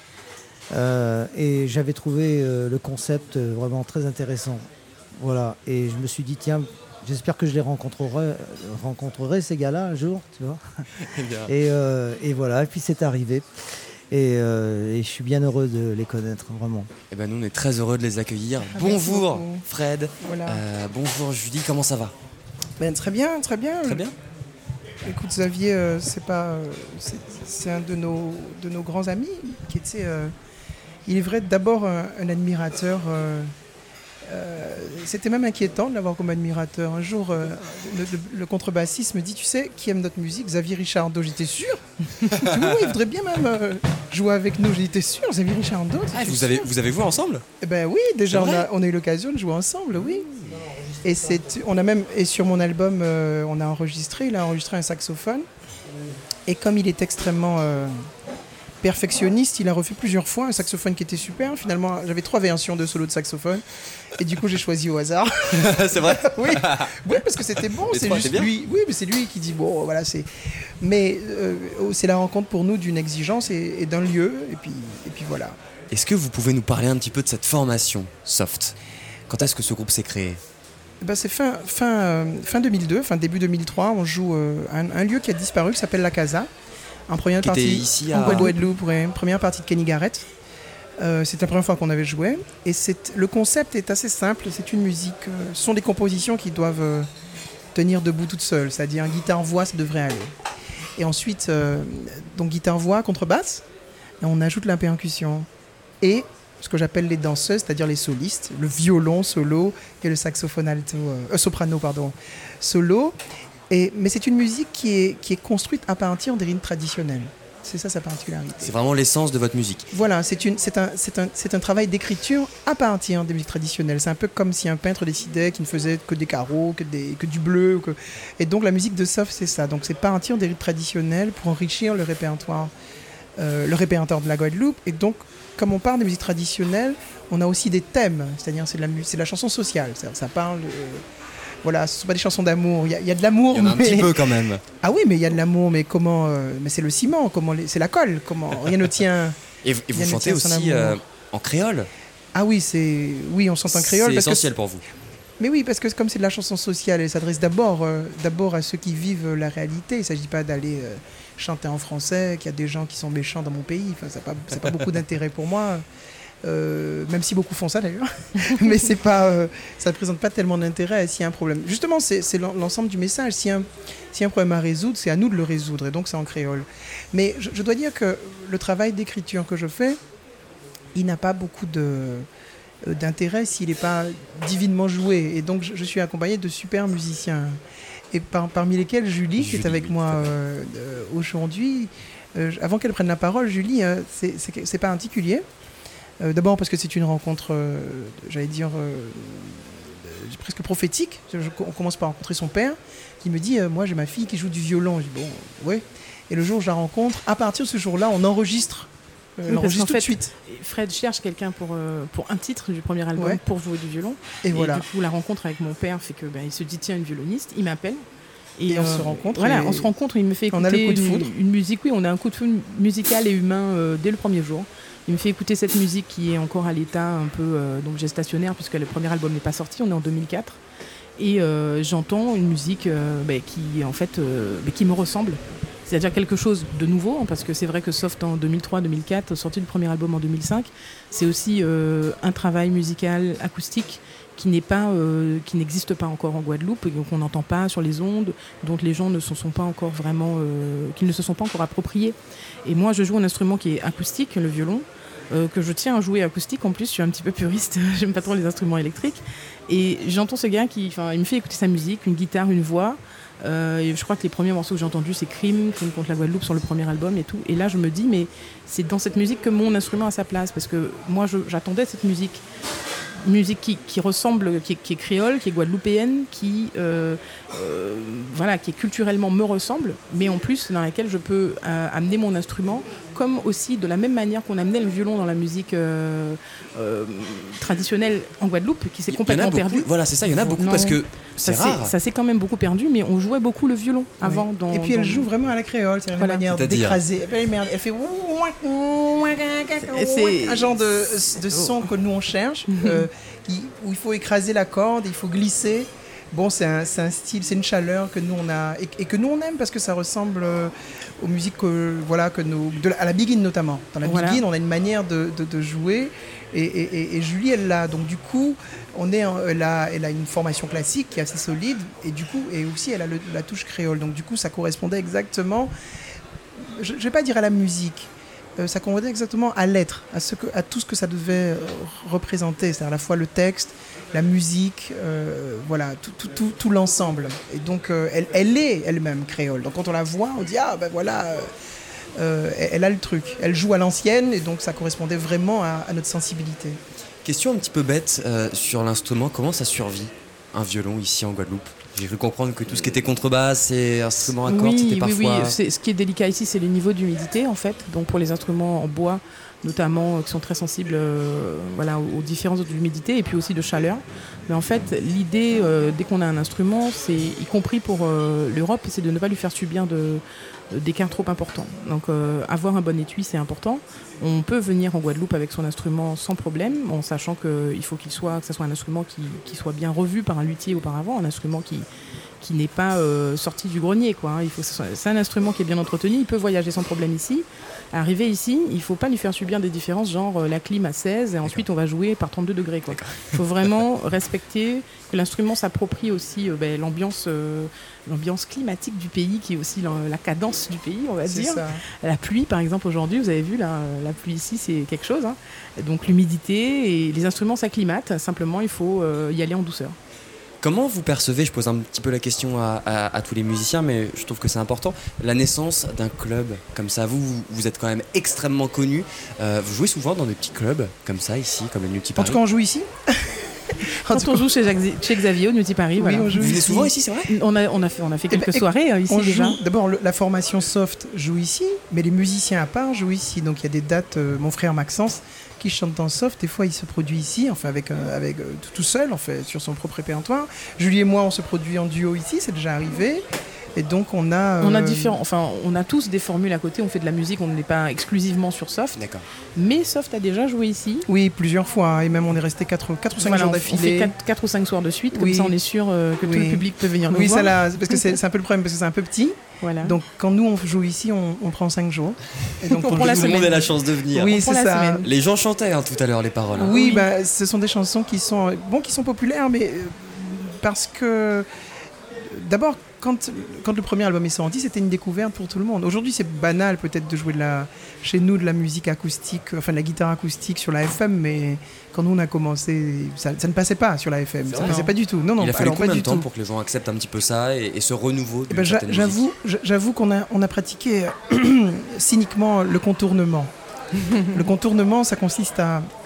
Et j'avais trouvé le concept vraiment très intéressant. Voilà. Et je me suis dit, tiens, j'espère que je les rencontrerai ces gars-là un jour, tu vois. Et voilà. Et puis c'est arrivé. Et je suis bien heureux de les connaître, vraiment. Eh ben nous, on est très heureux de les accueillir. Bonjour Fred. Voilà. Bonjour Julie, comment ça va ? Très bien, très bien. Très bien. Écoute, Xavier, c'est un de nos grands amis qui était, il est vrai, d'abord un admirateur. C'était même inquiétant de l'avoir comme admirateur. Un jour, le contrebassiste me dit, tu sais, qui aime notre musique ? Xavier Richardo. J'étais sûr. Oui, il voudrait bien même jouer avec nous. J'étais sûr, Xavier Richardo. Vous avez joué ensemble ? Eh ben oui, déjà on a eu l'occasion de jouer ensemble, oui. Et sur mon album, il a enregistré un saxophone. Et comme il est extrêmement perfectionniste, il a refait plusieurs fois un saxophone qui était super. Finalement, j'avais 3 versions de solo de saxophone. Et du coup, j'ai choisi au hasard. C'est vrai ? Oui, parce que c'était bon. Les c'est 3, juste c'est bien. lui. Oui, mais c'est lui qui dit bon, voilà, c'est. Mais c'est la rencontre pour nous d'une exigence et d'un lieu. Et puis voilà. Est-ce que vous pouvez nous parler un petit peu de cette formation Soft ? Quand est-ce que ce groupe s'est créé ? C'est fin 2002, début 2003. On joue un lieu qui a disparu, qui s'appelle La Casa. En première qui partie, était ici en Guadeloupe, première partie de Kenny Garrett. C'était la première fois qu'on avait joué. Et le concept est assez simple. C'est une musique. Ce sont des compositions qui doivent tenir debout toutes seules. C'est-à-dire guitare-voix, ça devrait aller. Et ensuite, donc guitare-voix, contrebasse. Et on ajoute la percussion. Et ce que j'appelle les danseuses, c'est-à-dire les solistes, le violon solo et le saxophone alto, soprano, solo. Mais c'est une musique qui est construite à partir des rythmes traditionnels. C'est ça sa particularité. C'est vraiment l'essence de votre musique. Voilà, c'est un travail d'écriture à partir des musiques traditionnelles. C'est un peu comme si un peintre décidait qu'il ne faisait que des carreaux, que du bleu. Et donc la musique de Soft, c'est ça. Donc c'est partir des rythmes traditionnels pour enrichir le répertoire de la Guadeloupe. Et donc, comme on parle des musiques traditionnelles, on a aussi des thèmes. C'est-à-dire c'est de la chanson sociale. Ça parle... Voilà, ce ne sont pas des chansons d'amour. Il y a de l'amour. Il y en a un petit peu quand même. Ah oui, mais il y a de l'amour. Mais comment mais c'est le ciment. C'est la colle. Comment rien ne tient. Et vous chantez aussi en créole. Ah oui, on chante en créole. C'est essentiel pour vous. Mais oui, parce que comme c'est de la chanson sociale, elle s'adresse d'abord à ceux qui vivent la réalité. Il ne s'agit pas d'aller chanter en français, qu'il y a des gens qui sont méchants dans mon pays. Enfin, ça n'a pas beaucoup d'intérêt pour moi. Même si beaucoup font ça d'ailleurs, mais ça ne présente pas tellement d'intérêt s'il y a un problème. Justement, c'est l'ensemble du message. S'il y a un problème à résoudre, c'est à nous de le résoudre, et donc c'est en créole. Mais je dois dire que le travail d'écriture que je fais, il n'a pas beaucoup d'intérêt s'il n'est pas divinement joué. Et donc je suis accompagné de super musiciens, et parmi lesquels Julie qui est avec moi aujourd'hui. Avant qu'elle prenne la parole, Julie, c'est pas particulier. D'abord parce que c'est une rencontre, j'allais dire, presque prophétique. On commence par rencontrer son père qui me dit moi j'ai ma fille qui joue du violon. Je dis bon, ouais. Et le jour où je la rencontre, à partir de ce jour-là, on enregistre. On enregistre tout de suite. Fred cherche quelqu'un pour un titre du premier album pour jouer du violon. Et voilà. Du coup, la rencontre avec mon père fait que il se dit tiens, une violoniste, il m'appelle. Et on se rencontre. Voilà, on se rencontre, il me fait écouter une musique. Oui, on a un coup de foudre musical et humain dès le premier jour. Il me fait écouter cette musique qui est encore à l'état un peu donc gestationnaire, puisque le premier album n'est pas sorti, on est en 2004. Et j'entends une musique qui, en fait, qui me ressemble. C'est-à-dire quelque chose de nouveau, parce que c'est vrai que Soft en 2003-2004, sorti du premier album en 2005, c'est aussi un travail musical acoustique qui n'existe pas encore en Guadeloupe, et qu'on n'entend pas sur les ondes, dont les gens ne se sont pas encore vraiment, qu'ils ne se sont pas encore appropriés. Et moi, je joue un instrument qui est acoustique, le violon, que je tiens à jouer acoustique. En plus, je suis un petit peu puriste, j'aime pas trop les instruments électriques. Et j'entends ce gars il me fait écouter sa musique, une guitare, une voix. Et je crois que les premiers morceaux que j'ai entendus, c'est Crime contre la Guadeloupe sur le premier album et tout. Et là, je me dis, mais c'est dans cette musique que mon instrument a sa place, parce que moi, j'attendais cette musique musique qui ressemble, qui est créole, qui est guadeloupéenne, qui est culturellement me ressemble, mais en plus dans laquelle je peux amener mon instrument, comme aussi de la même manière qu'on amenait le violon dans la musique traditionnelle en Guadeloupe, qui s'est complètement perdu. Voilà, c'est ça, il y en a beaucoup parce que c'est rare. Ça s'est quand même beaucoup perdu, mais on jouait beaucoup le violon avant. Et puis elle joue vraiment à la créole, c'est une manière d'écraser. Elle fait un genre de son que nous on cherche, où il faut écraser la corde, il faut glisser. Bon, c'est un style, c'est une chaleur que nous on a et que nous on aime parce que ça ressemble aux musiques à la Biguine notamment. Dans la Biguine, on a une manière de jouer et Julie elle l'a. Donc du coup, elle a une formation classique qui est assez solide et du coup et aussi elle a la touche créole. Donc du coup, ça correspondait exactement. Je vais pas dire à la musique. Ça correspondait exactement à l'être, à tout ce que ça devait représenter, c'est-à-dire à la fois le texte, la musique, tout l'ensemble. Et donc, elle est elle-même créole. Donc, quand on la voit, on dit elle a le truc. Elle joue à l'ancienne, et donc ça correspondait vraiment à notre sensibilité. Question un petit peu bête sur l'instrument. Comment ça survit un violon ici en Guadeloupe ? J'ai cru comprendre que tout ce qui était contrebasse et instruments à cordes, c'était parfois... Oui. Ce qui est délicat ici, c'est les niveaux d'humidité, en fait. Donc pour les instruments en bois, notamment, qui sont très sensibles aux différences d'humidité et puis aussi de chaleur. Mais en fait, l'idée, dès qu'on a un instrument, c'est, y compris pour l'Europe, c'est de ne pas lui faire subir d'écart trop important. Donc avoir un bon étui, c'est important. On peut venir en Guadeloupe avec son instrument sans problème, en sachant qu'il faut que ça soit un instrument qui soit bien revu par un luthier auparavant, un instrument qui n'est pas sorti du grenier, quoi. C'est un instrument qui est bien entretenu, il peut voyager sans problème ici. Arrivé ici, il ne faut pas lui faire subir des différences, genre la clim à 16 et ensuite on va jouer par 32 degrés. Il faut vraiment respecter que l'instrument s'approprie aussi l'ambiance climatique du pays, qui est aussi la cadence du pays, on va dire. Ça. La pluie, par exemple, aujourd'hui, vous avez vu, la pluie ici, c'est quelque chose. Hein. Donc l'humidité et les instruments s'acclimatent. Simplement, il faut y aller en douceur. Comment vous percevez, je pose un petit peu la question à tous les musiciens, mais je trouve que c'est important, la naissance d'un club comme ça? Vous êtes quand même extrêmement connu. Vous jouez souvent dans des petits clubs comme ça, ici, comme le New Tea Paris? En tout cas, on joue ici. Quand on joue chez Xavier au New Tea Paris, voilà. Vous venez souvent ici, c'est vrai? On a fait quelques soirées ici déjà. D'abord, la formation soft joue ici, mais les musiciens à part jouent ici. Donc il y a des dates, mon frère Maxence, qui chante en soft, des fois il se produit ici, enfin avec tout seul, en fait, sur son propre répertoire. Julie et moi, on se produit en duo ici, c'est déjà arrivé. Et donc on a tous des formules à côté, on fait de la musique, on n'est pas exclusivement sur soft. D'accord. Mais soft a déjà joué ici. Oui, plusieurs fois, et même on est resté 4 ou 5 jours d'affilée. On fait 4 ou 5 soirs de suite, comme ça on est sûr que tout le public peut venir nous voir. Oui, parce que c'est un peu le problème, parce que c'est un peu petit. Voilà. Donc quand nous on joue ici, on prend 5 jours. Et donc tout le monde a la chance de venir. Oui, c'est ça. Semaine. Les gens chantaient tout à l'heure les paroles. Hein. Oui, ce sont des chansons qui sont populaires, mais parce que d'abord quand le premier album est sorti, c'était une découverte pour tout le monde. Aujourd'hui, c'est banal peut-être de jouer chez nous de la musique acoustique, enfin de la guitare acoustique sur la FM, mais quand nous on a commencé, ça ne passait pas sur la FM, ça ne passait pas du tout. Non, il a fallu combien de temps pour que les gens acceptent un petit peu ça et ce renouveau de certaines musiques? J'avoue qu'on a pratiqué cyniquement le contournement. Le contournement, ça consiste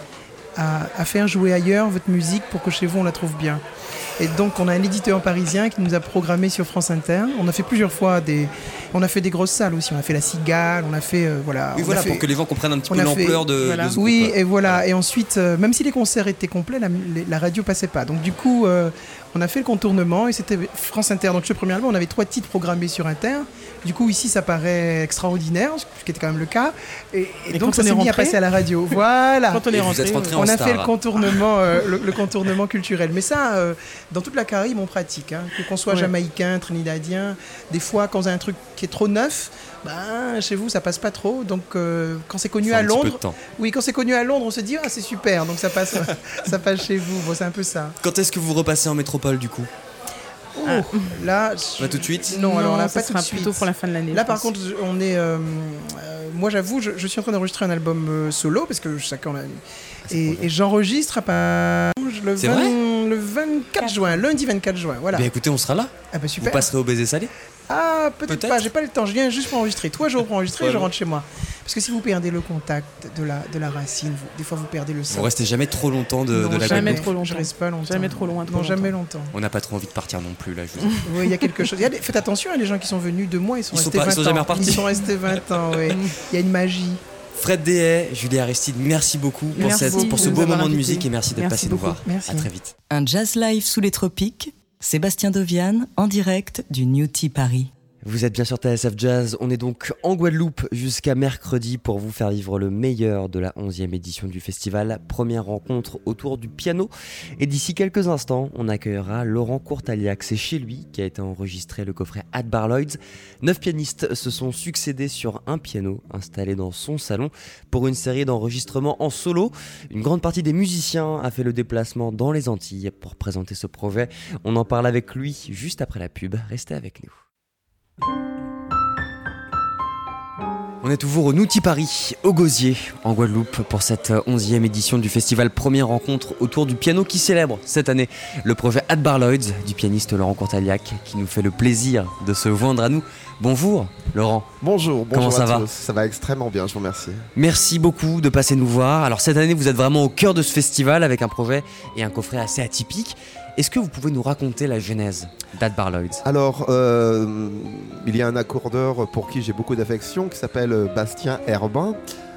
à faire jouer ailleurs votre musique pour que chez vous on la trouve bien. Et donc on a un éditeur parisien qui nous a programmé sur France Inter. On a fait plusieurs fois on a fait des grosses salles aussi. On a fait la Cigale, on a fait Oui, voilà, pour que les gens comprennent un petit peu l'ampleur de ce groupe. Oui, et voilà. Et ensuite, même si les concerts étaient complets, la radio passait pas. Donc du coup, on a fait le contournement et c'était France Inter. Donc ce premier album, on avait 3 titres programmés sur Inter. Du coup, ici, ça paraît extraordinaire, ce qui était quand même le cas. Et donc, ça s'est mis à passer à la radio. Voilà. Quand on est rentré, on a fait le contournement, le contournement culturel. Mais ça, dans toute la Caraïbe, on pratique. Hein. Qu'on soit jamaïcain, trinidadien, des fois, quand on a un truc qui est trop neuf, chez vous, ça passe pas trop. Donc, quand c'est connu à Londres, quand c'est connu à Londres, on se dit c'est super. Donc, ça passe chez vous. Bon, c'est un peu ça. Quand est-ce que vous repassez en métropole, du coup? Là, pas tout de suite. Non, alors là, ça sera plutôt pour la fin de l'année. Là, par contre, on est. Moi, j'avoue, je suis en train d'enregistrer un album solo parce que chacun a. Et j'enregistre le le 24 juin, lundi 24 juin. Voilà. Bien écoutez, on sera là. Ah bah super. Vous passerez au baiser salé. Ah, peut-être pas, j'ai pas le temps, je viens juste pour enregistrer. 3 jours pour enregistrer et je rentre chez moi. Parce que si vous perdez le contact de la racine, des fois vous perdez le son. Vous restez jamais trop longtemps de la jamais Guadeloupe. trop longtemps. Je reste pas longtemps. Jamais trop loin. Non, jamais longtemps. On n'a pas trop envie de partir non plus là. Je vous dis. Oui, il y a quelque chose. Faites attention, il y a des gens qui sont venus de moi, ils sont restés 20 ans. Ils sont jamais repartis. Ils sont restés 20 ans, oui. Il y a une magie. Fred Dehaye, Julie Aristide, merci beaucoup pour ce beau moment de musique et merci d'être passé nous voir. Merci. À très vite. Un jazz live sous les tropiques, Sébastien Deviane en direct du New Tea Paris. Vous êtes bien sur TSF Jazz, on est donc en Guadeloupe jusqu'à mercredi pour vous faire vivre le meilleur de la 11e édition du festival. Première rencontre autour du piano et d'ici quelques instants, on accueillera Laurent Courtaliac. C'est chez lui qu'a été enregistré le coffret Adbar Lloyds. 9 pianistes se sont succédés sur un piano installé dans son salon pour une série d'enregistrements en solo. Une grande partie des musiciens a fait le déplacement dans les Antilles pour présenter ce projet. On en parle avec lui juste après la pub. Restez avec nous. On est toujours au New Tea Paris, au Gosier, en Guadeloupe, pour cette 11e édition du festival Première Rencontre autour du piano qui célèbre cette année le projet Adbar Lloyds du pianiste Laurent Courtaliac qui nous fait le plaisir de se joindre à nous. Bonjour Laurent. Bonjour, comment ça va ? Ça va extrêmement bien, je vous remercie. Merci beaucoup de passer nous voir. Alors cette année vous êtes vraiment au cœur de ce festival avec un projet et un coffret assez atypique. Est-ce que vous pouvez nous raconter la genèse d'Adbar Lloyds ? Alors, il y a un accordeur pour qui j'ai beaucoup d'affection qui s'appelle Bastien Herbin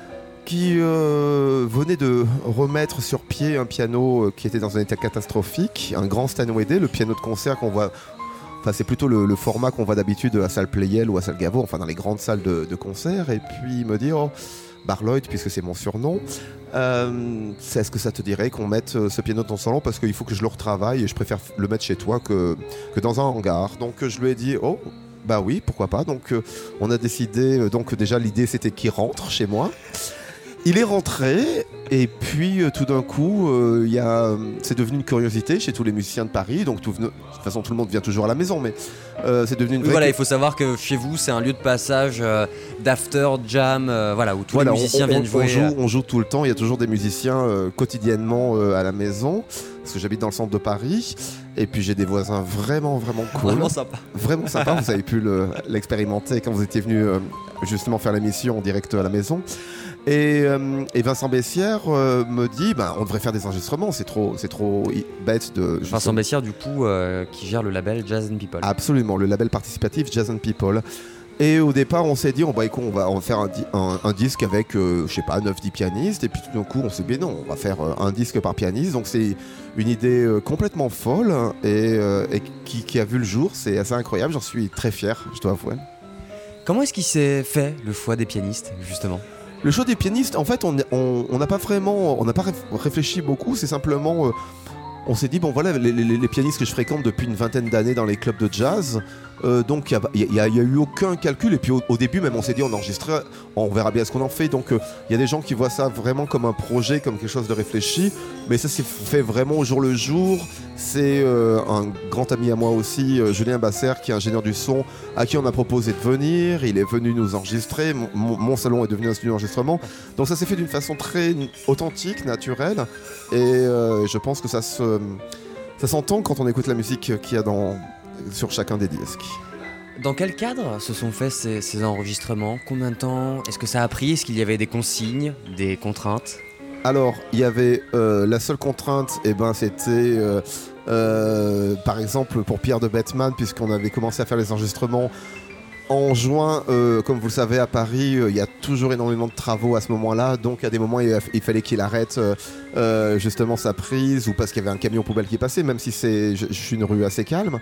qui venait de remettre sur pied un piano qui était dans un état catastrophique, un grand Steinway, le piano de concert qu'on voit. Enfin, c'est plutôt le format qu'on voit d'habitude à salle Playel ou à salle Gaveau, enfin dans les grandes salles de concert. Et puis il me dit, Bar Lloyd, puisque c'est mon surnom, est-ce que ça te dirait qu'on mette ce piano dans ton salon parce qu'il faut que je le retravaille et je préfère le mettre chez toi que dans un hangar. Donc je lui ai dit, bah oui, pourquoi pas. Donc on a décidé, donc déjà l'idée c'était qu'il rentre chez moi. Il est rentré et puis tout d'un coup, c'est devenu une curiosité chez tous les musiciens de Paris. Donc de toute façon, tout le monde vient toujours à la maison, mais c'est devenu une vraie... Voilà, il faut savoir que chez vous, c'est un lieu de passage d'after, jam, où tous les musiciens viennent jouer. On joue tout le temps, il y a toujours des musiciens quotidiennement à la maison, parce que j'habite dans le centre de Paris. Et puis j'ai des voisins vraiment, vraiment cool. Vraiment sympa. Vraiment sympa, vous avez pu l'expérimenter quand vous étiez venu justement faire l'émission en direct à la maison. Et Vincent Bessière me dit on devrait faire des enregistrements, c'est trop bête de... Vincent Bessière du coup qui gère le label Jazz and People. Absolument, le label participatif Jazz and People. Et au départ on s'est dit on va faire un disque avec 9-10 pianistes. Et puis tout d'un coup on s'est dit non, on va faire un disque par pianiste. Donc c'est une idée complètement folle et qui a vu le jour. C'est assez incroyable, j'en suis très fier, je dois avouer. Comment est-ce qu'il s'est fait le choix des pianistes justement ? Le choix des pianistes, en fait, on n'a pas réfléchi beaucoup. C'est simplement, on s'est dit les pianistes que je fréquente depuis une vingtaine d'années dans les clubs de jazz. Donc il y a eu aucun calcul. Et puis au début même, on s'est dit on enregistre, on verra bien ce qu'on en fait. Donc il y a des gens qui voient ça vraiment comme un projet, comme quelque chose de réfléchi. Mais ça s'est fait vraiment au jour le jour. C'est un grand ami à moi aussi, Julien Basser, qui est ingénieur du son, à qui on a proposé de venir. Il est venu nous enregistrer. Mon salon est devenu un studio d'enregistrement. Donc ça s'est fait d'une façon très authentique, naturelle. Et je pense que ça s'entend quand on écoute la musique qu'il y a sur chacun des disques. Dans quel cadre se sont faits ces enregistrements ? Combien de temps est-ce que ça a pris ? Est-ce qu'il y avait des consignes, des contraintes ? Alors, il y avait la seule contrainte, c'était par exemple pour Pierre de Bettman, puisqu'on avait commencé à faire les enregistrements en juin. Comme vous le savez, à Paris, il y a toujours énormément de travaux à ce moment-là. Donc, à des moments, il fallait qu'il arrête justement sa prise, ou parce qu'il y avait un camion poubelle qui passait, même si je suis une rue assez calme.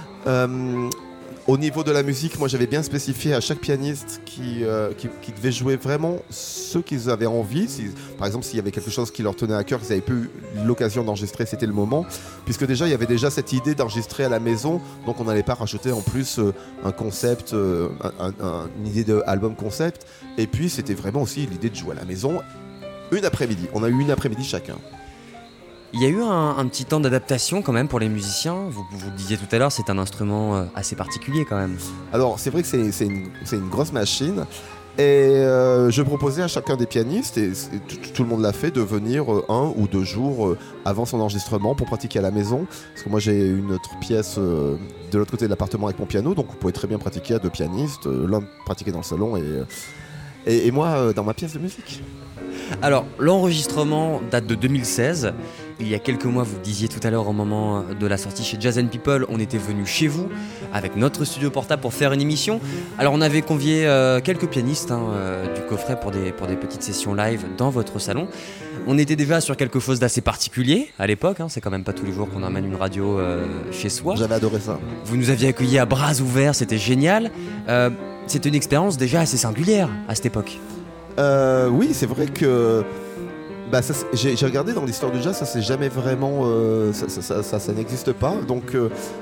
Au niveau de la musique, moi j'avais bien spécifié à chaque pianiste qui devait jouer vraiment ce qu'ils avaient envie. Par exemple, s'il y avait quelque chose qui leur tenait à cœur, qu'ils n'avaient plus l'occasion d'enregistrer, c'était le moment. Puisque déjà, il y avait déjà cette idée d'enregistrer à la maison, donc on n'allait pas rajouter en plus un concept, une idée d'album concept. Et puis c'était vraiment aussi l'idée de jouer à la maison une après-midi. On a eu une après-midi chacun. Il y a eu un petit temps d'adaptation quand même pour les musiciens. Vous le disiez tout à l'heure, c'est un instrument assez particulier quand même. Alors c'est vrai que c'est une grosse machine. Et je proposais à chacun des pianistes, et tout le monde l'a fait, de venir 1 ou 2 jours avant son enregistrement pour pratiquer à la maison. Parce que moi j'ai une autre pièce de l'autre côté de l'appartement avec mon piano, donc vous pouvez très bien pratiquer à 2 pianistes, l'un pratiquer dans le salon et moi dans ma pièce de musique. Alors, l'enregistrement date de 2016. Il y a quelques mois, vous le disiez tout à l'heure au moment de la sortie chez Jazz & People, on était venu chez vous avec notre studio portable pour faire une émission. Alors, on avait convié quelques pianistes du coffret pour des petites sessions live dans votre salon. On était déjà sur quelque chose d'assez particulier à l'époque. C'est quand même pas tous les jours qu'on emmène une radio chez soi. J'avais adoré ça. Vous nous aviez accueillis à bras ouverts, c'était génial. C'était une expérience déjà assez singulière à cette époque. Oui, c'est vrai que j'ai regardé dans l'histoire du jazz, ça c'est jamais vraiment ça n'existe pas. Donc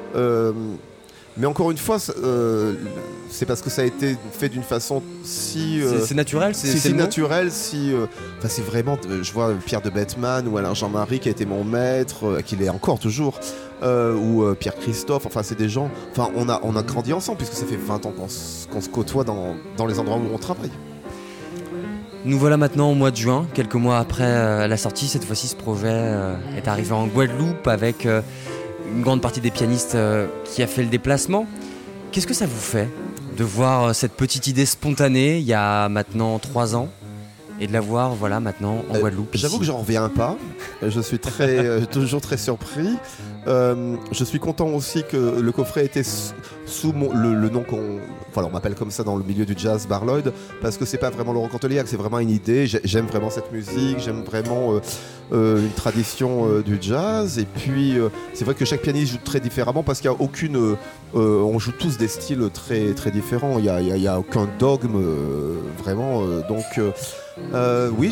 mais encore une fois, c'est parce que ça a été fait d'une façon si c'est naturel, si naturel, c'est vraiment. Je vois Pierre de Bettman ou Alain Jean-Marie qui a été mon maître, qui l'est encore toujours, ou Pierre Christophe. Enfin, c'est des gens. Enfin, on a grandi ensemble puisque ça fait 20 ans qu'on se côtoie dans les endroits où on travaille. Nous voilà maintenant au mois de juin, quelques mois après la sortie. Cette fois-ci, ce projet est arrivé en Guadeloupe avec une grande partie des pianistes qui a fait le déplacement. Qu'est-ce que ça vous fait de voir cette petite idée spontanée il y a maintenant 3 ans et de la voir maintenant en Guadeloupe? J'avoue que j'en reviens pas. Je suis toujours très surpris. Je suis content aussi que le coffret était sous le nom on m'appelle comme ça dans le milieu du jazz, Bar Lloyd, parce que c'est pas vraiment Laurent Canteliac, c'est vraiment une idée. J'aime vraiment cette musique, j'aime vraiment une tradition du jazz. Et puis c'est vrai que chaque pianiste joue très différemment parce qu'il y a aucune, on joue tous des styles très très différents. Il y a aucun dogme vraiment. Donc oui,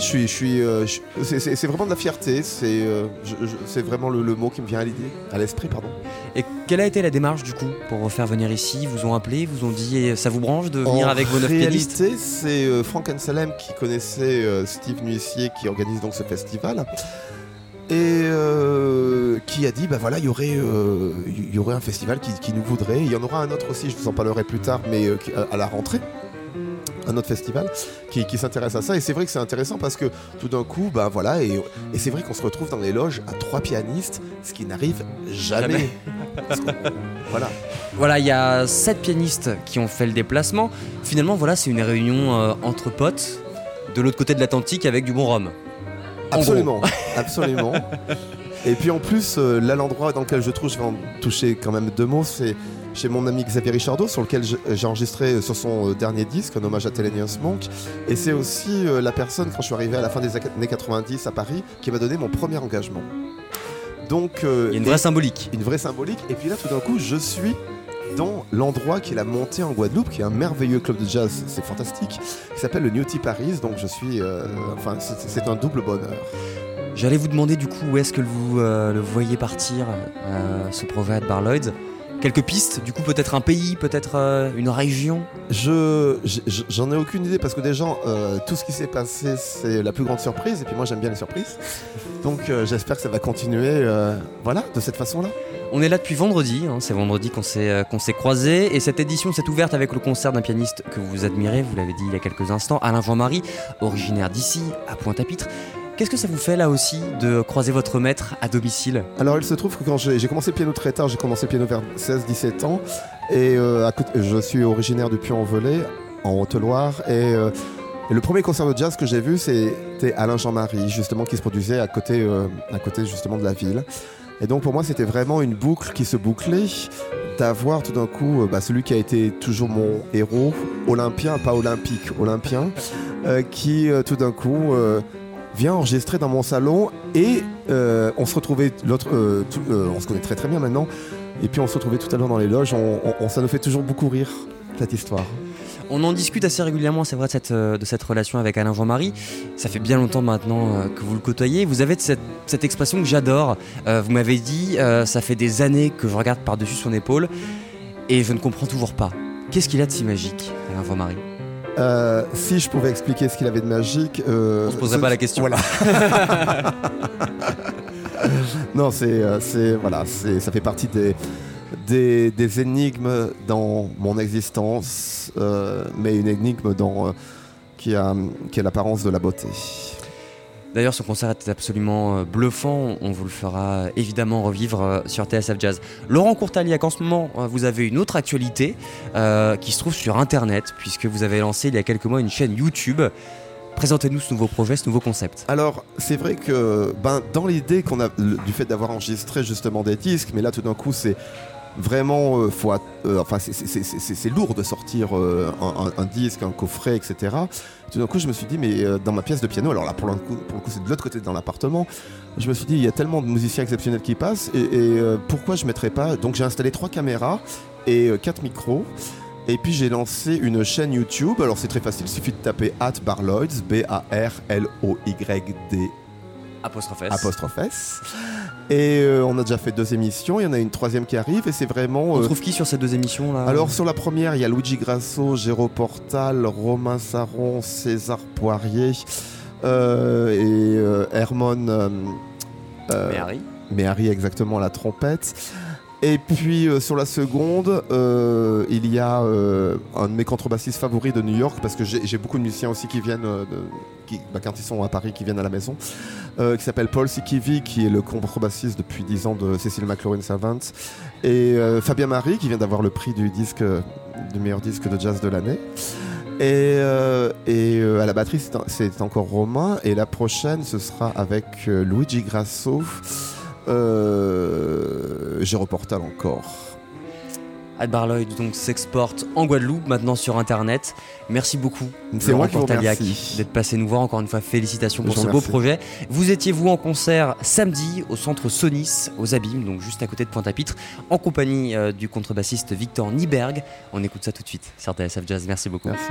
c'est vraiment de la fierté. C'est vraiment le mot qui me vient à l'esprit, pardon. Et quelle a été la démarche du coup pour faire venir ici? Ils vous ont appelé, ils vous ont dit ça vous branche de venir avec vos 9 pianistes? En réalité, c'est Franck Anselem qui connaissait Steve Nuissier qui organise donc ce festival et qui a dit il y aurait un festival qui nous voudrait. Il y en aura un autre aussi, je vous en parlerai plus tard, mais à la rentrée. Un autre festival qui s'intéresse à ça, et c'est vrai que c'est intéressant parce que tout d'un coup et c'est vrai qu'on se retrouve dans les loges à 3 pianistes, ce qui n'arrive jamais. Voilà, il y a 7 pianistes qui ont fait le déplacement. Finalement c'est une réunion entre potes de l'autre côté de l'Atlantique avec du bon rhum. Absolument. Et puis en plus là, l'endroit dans lequel je trouve, je vais en toucher quand même 2 mots, c'est chez mon ami Xavier Richardot, sur lequel j'ai enregistré sur son dernier disque, un hommage à Thelonious Monk. Et c'est aussi la personne, quand je suis arrivé à la fin des années 90 à Paris, qui m'a donné mon premier engagement. Donc, il y a une vraie symbolique. Une vraie symbolique. Et puis là, tout d'un coup, je suis dans l'endroit qui est la montée en Guadeloupe, qui est un merveilleux club de jazz, c'est fantastique, qui s'appelle le Newty Paris. Donc je suis... c'est un double bonheur. J'allais vous demander du coup où est-ce que vous le voyez partir, ce projet à Bar Lloyd. Quelques pistes, du coup peut-être un pays, peut-être une région? J'en ai aucune idée parce que déjà tout ce qui s'est passé c'est la plus grande surprise et puis moi j'aime bien les surprises. Donc j'espère que ça va continuer de cette façon-là. On est là depuis vendredi, c'est vendredi qu'on s'est croisés et cette édition s'est ouverte avec le concert d'un pianiste que vous admirez, vous l'avez dit il y a quelques instants, Alain Jean-Marie, originaire d'ici, à Pointe-à-Pitre. Qu'est-ce que ça vous fait là aussi de croiser votre maître à domicile? Alors il se trouve que quand j'ai commencé le piano très tard, j'ai commencé le piano vers 16-17 ans et je suis originaire du Puy-en-Velay, en Haute-Loire et le premier concert de jazz que j'ai vu c'était Alain Jean-Marie justement qui se produisait à côté justement de la ville. Et donc pour moi c'était vraiment une boucle qui se bouclait d'avoir tout d'un coup celui qui a été toujours mon héros, olympien, pas olympique, olympien, qui tout d'un coup... vient enregistrer dans mon salon et on se retrouvait on se connaît très très bien maintenant et puis on se retrouvait tout à l'heure dans les loges, ça nous fait toujours beaucoup rire cette histoire. On en discute assez régulièrement, c'est vrai, de cette relation avec Alain Jean-Marie. Ça fait bien longtemps maintenant que vous le côtoyez. Vous avez cette expression que j'adore. Vous m'avez dit, ça fait des années que je regarde par-dessus son épaule et je ne comprends toujours pas. Qu'est-ce qu'il a de si magique, Alain Jean-Marie? Si je pouvais expliquer ce qu'il avait de magique... on se poserait pas la question. Voilà. Non, ça fait partie des énigmes dans mon existence, mais une énigme dans qui a l'apparence de la beauté. D'ailleurs, ce concert était absolument bluffant. On vous le fera évidemment revivre sur TSF Jazz. Laurent Courtaliac, en ce moment, vous avez une autre actualité qui se trouve sur Internet, puisque vous avez lancé il y a quelques mois une chaîne YouTube. Présentez-nous ce nouveau projet, ce nouveau concept. Alors, c'est vrai que dans l'idée qu'on a du fait d'avoir enregistré justement des disques, mais là tout d'un coup c'est vraiment c'est lourd de sortir un disque, un coffret, etc. Tout d'un coup je me suis dit, mais dans ma pièce de piano, alors là pour le coup c'est de l'autre côté dans l'appartement, je me suis dit il y a tellement de musiciens exceptionnels qui passent et pourquoi je mettrais pas. Donc j'ai installé 3 caméras et 4 micros. Et puis j'ai lancé une chaîne YouTube. Alors c'est très facile, il suffit de taper @barloyds, BARLOYD '. Et on a déjà fait 2 émissions, il y en a une 3e qui arrive et c'est vraiment... On trouve qui sur ces 2 émissions là? Alors sur la première, il y a Luigi Grasso, Géraud Portal, Romain Saron, César Poirier et Hermon Méhari exactement à la trompette. Et puis sur la seconde, il y a un de mes contrebassistes favoris de New York, parce que j'ai beaucoup de musiciens aussi qui viennent, quand ils sont à Paris, qui viennent à la maison, qui s'appelle Paul Sikivi, qui est le contrebassiste depuis 10 ans de Cécile McLaurin Savant, et Fabien Marie, qui vient d'avoir le prix du meilleur disque de jazz de l'année. Et à la batterie, c'est encore Romain, et la prochaine, ce sera avec Luigi Grasso. Géraud Portal encore. Barloyd donc s'exporte en Guadeloupe, maintenant sur Internet. Merci beaucoup, c'est Laurent Courtaliac, d'être passé nous voir. Encore une fois, félicitations pour ce beau projet. Vous étiez en concert samedi au centre Sonis, aux Abîmes, donc juste à côté de Pointe-à-Pitre, en compagnie du contrebassiste Victor Nyberg. On écoute ça tout de suite sur TSF Jazz. Merci beaucoup. Merci.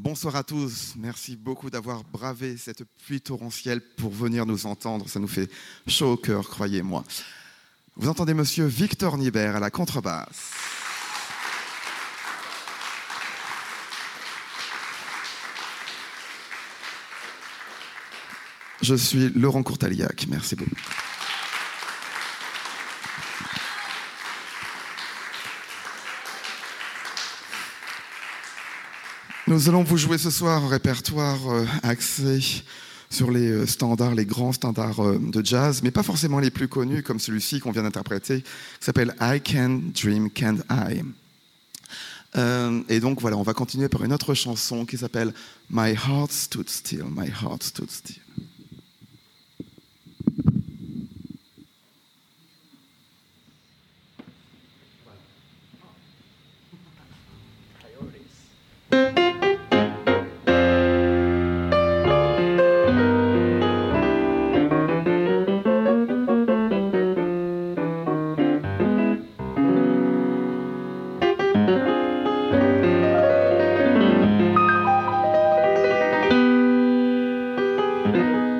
Bonsoir à tous, merci beaucoup d'avoir bravé cette pluie torrentielle pour venir nous entendre, ça nous fait chaud au cœur, croyez-moi. Vous entendez monsieur Victor Nibert à la contrebasse. Je suis Laurent Courtaliac, merci beaucoup. Nous allons vous jouer ce soir un répertoire axé sur les standards, les grands standards de jazz, mais pas forcément les plus connus, comme celui-ci qu'on vient d'interpréter, qui s'appelle I Can Dream, Can't I. Et donc voilà, on va continuer par une autre chanson qui s'appelle My Heart Stood Still, My Heart Stood Still. Thank you.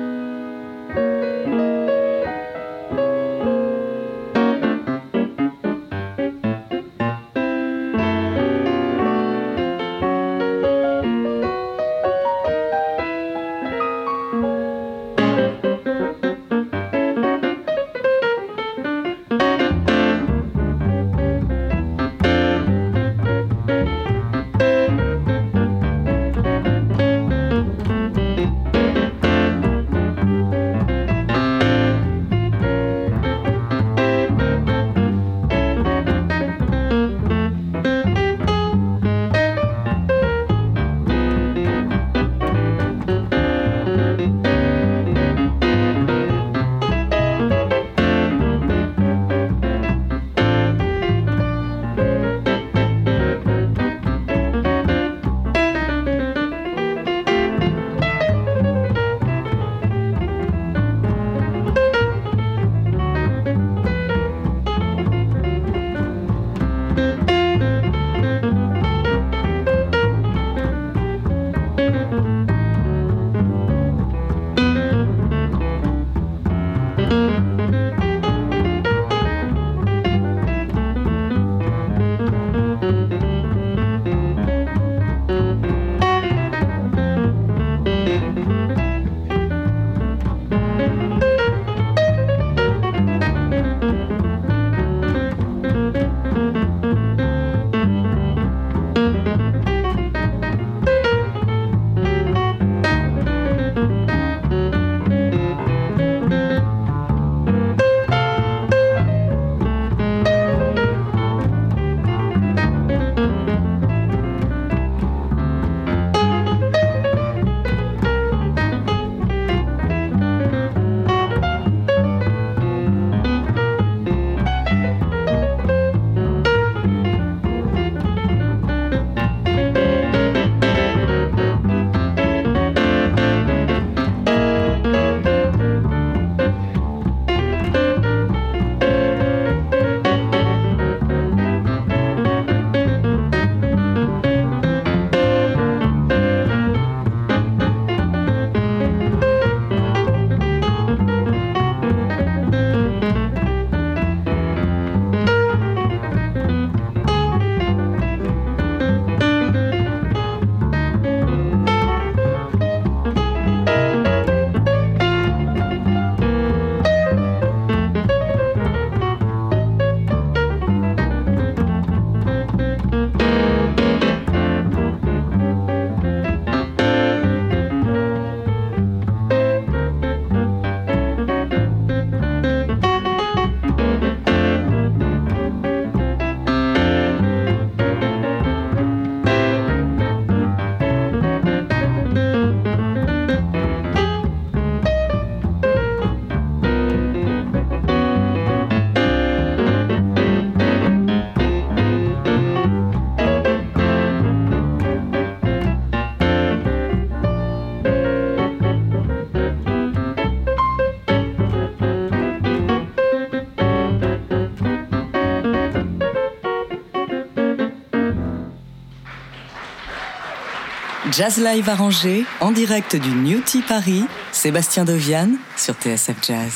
Jazz Live arrangé, en direct du New Tea Paris, Sébastien Deviane sur TSF Jazz.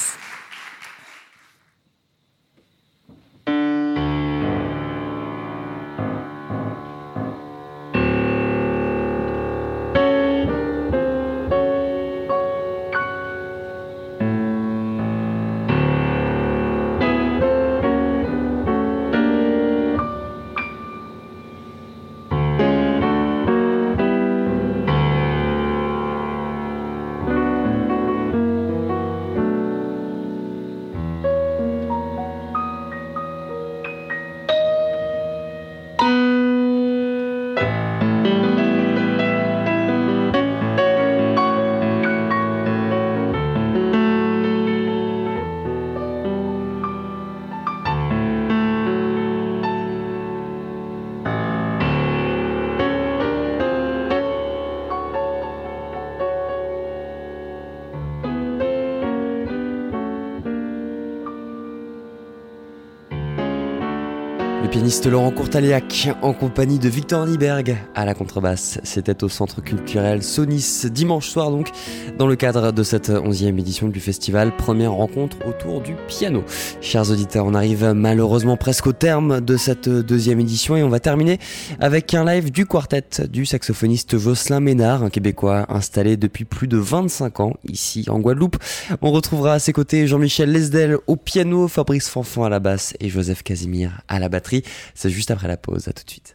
Le pianiste Laurent Courtaliac en compagnie de Victor Nyberg à la contrebasse. C'était au Centre culturel Sonis dimanche soir donc, dans le cadre de cette 11e édition du festival. Première rencontre autour du piano. Chers auditeurs, on arrive malheureusement presque au terme de cette deuxième édition et on va terminer avec un live du quartet du saxophoniste Jocelyn Ménard, un Québécois installé depuis plus de 25 ans ici en Guadeloupe. On retrouvera à ses côtés Jean-Michel Lesdel au piano, Fabrice Fanfan à la basse et Joseph Casimir à la batterie. C'est juste après la pause, à tout de suite.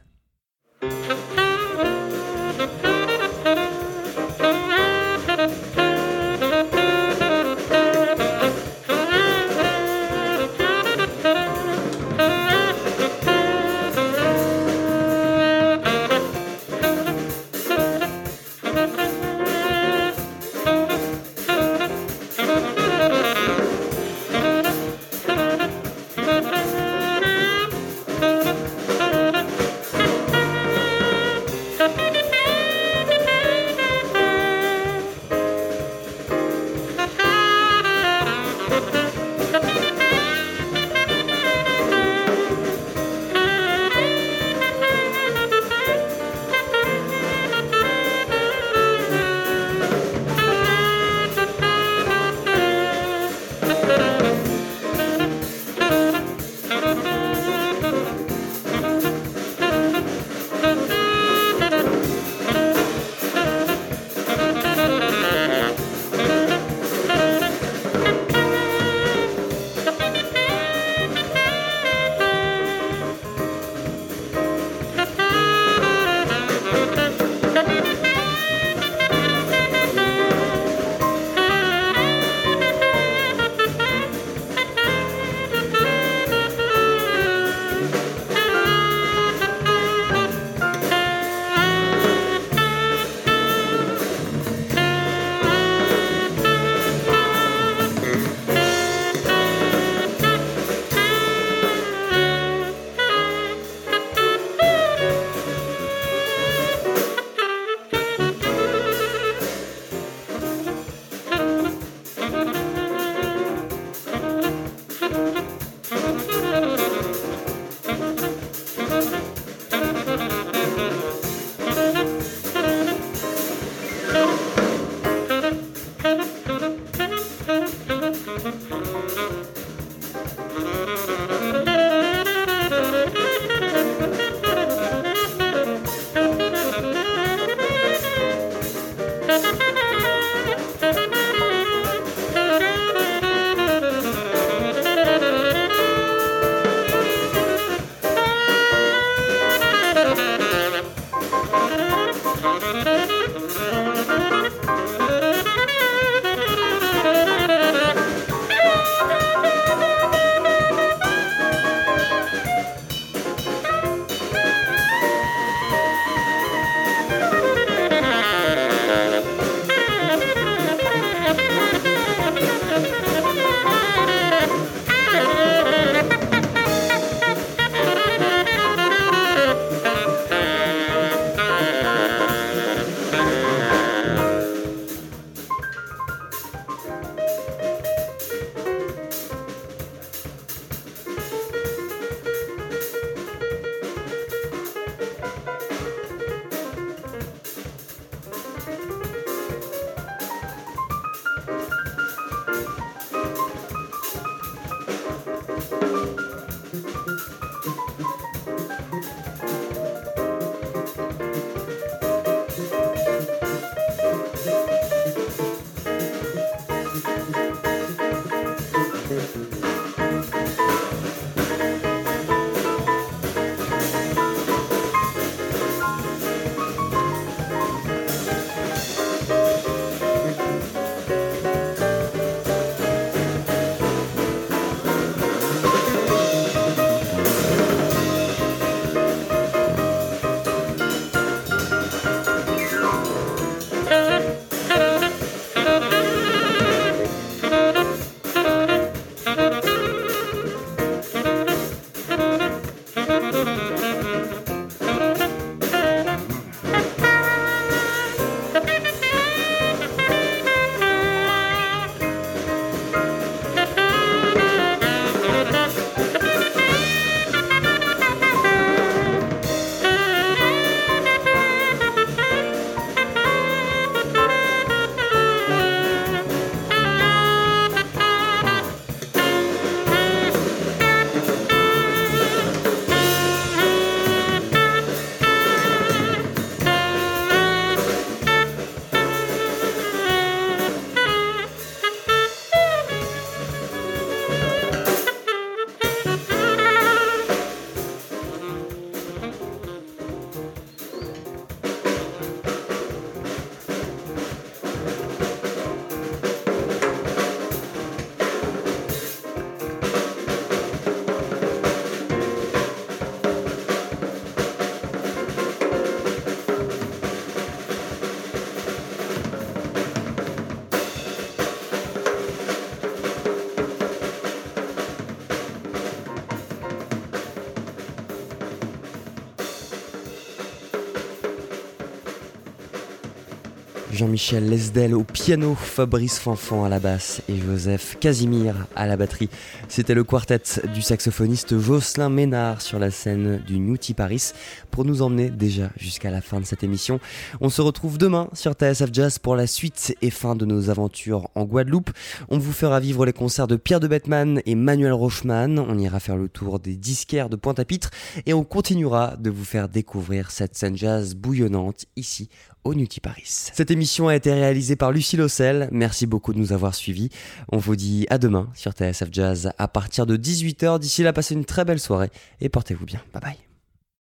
Jean-Michel Lesdel au piano, Fabrice Fanfan à la basse et Joseph Casimir à la batterie. C'était le quartet du saxophoniste Jocelyn Ménard sur la scène du New Tea Paris pour nous emmener déjà jusqu'à la fin de cette émission. On se retrouve demain sur TSF Jazz pour la suite et fin de nos aventures en Guadeloupe. On vous fera vivre les concerts de Pierre de Bettman et Manuel Rochman. On ira faire le tour des disquaires de Pointe-à-Pitre et on continuera de vous faire découvrir cette scène jazz bouillonnante ici au New Tea Paris. Cette émission a été réalisée par Lucie Lossel. Merci beaucoup de nous avoir suivis. On vous dit à demain sur TSF Jazz à partir de 18h. D'ici là, passez une très belle soirée et portez-vous bien. Bye bye.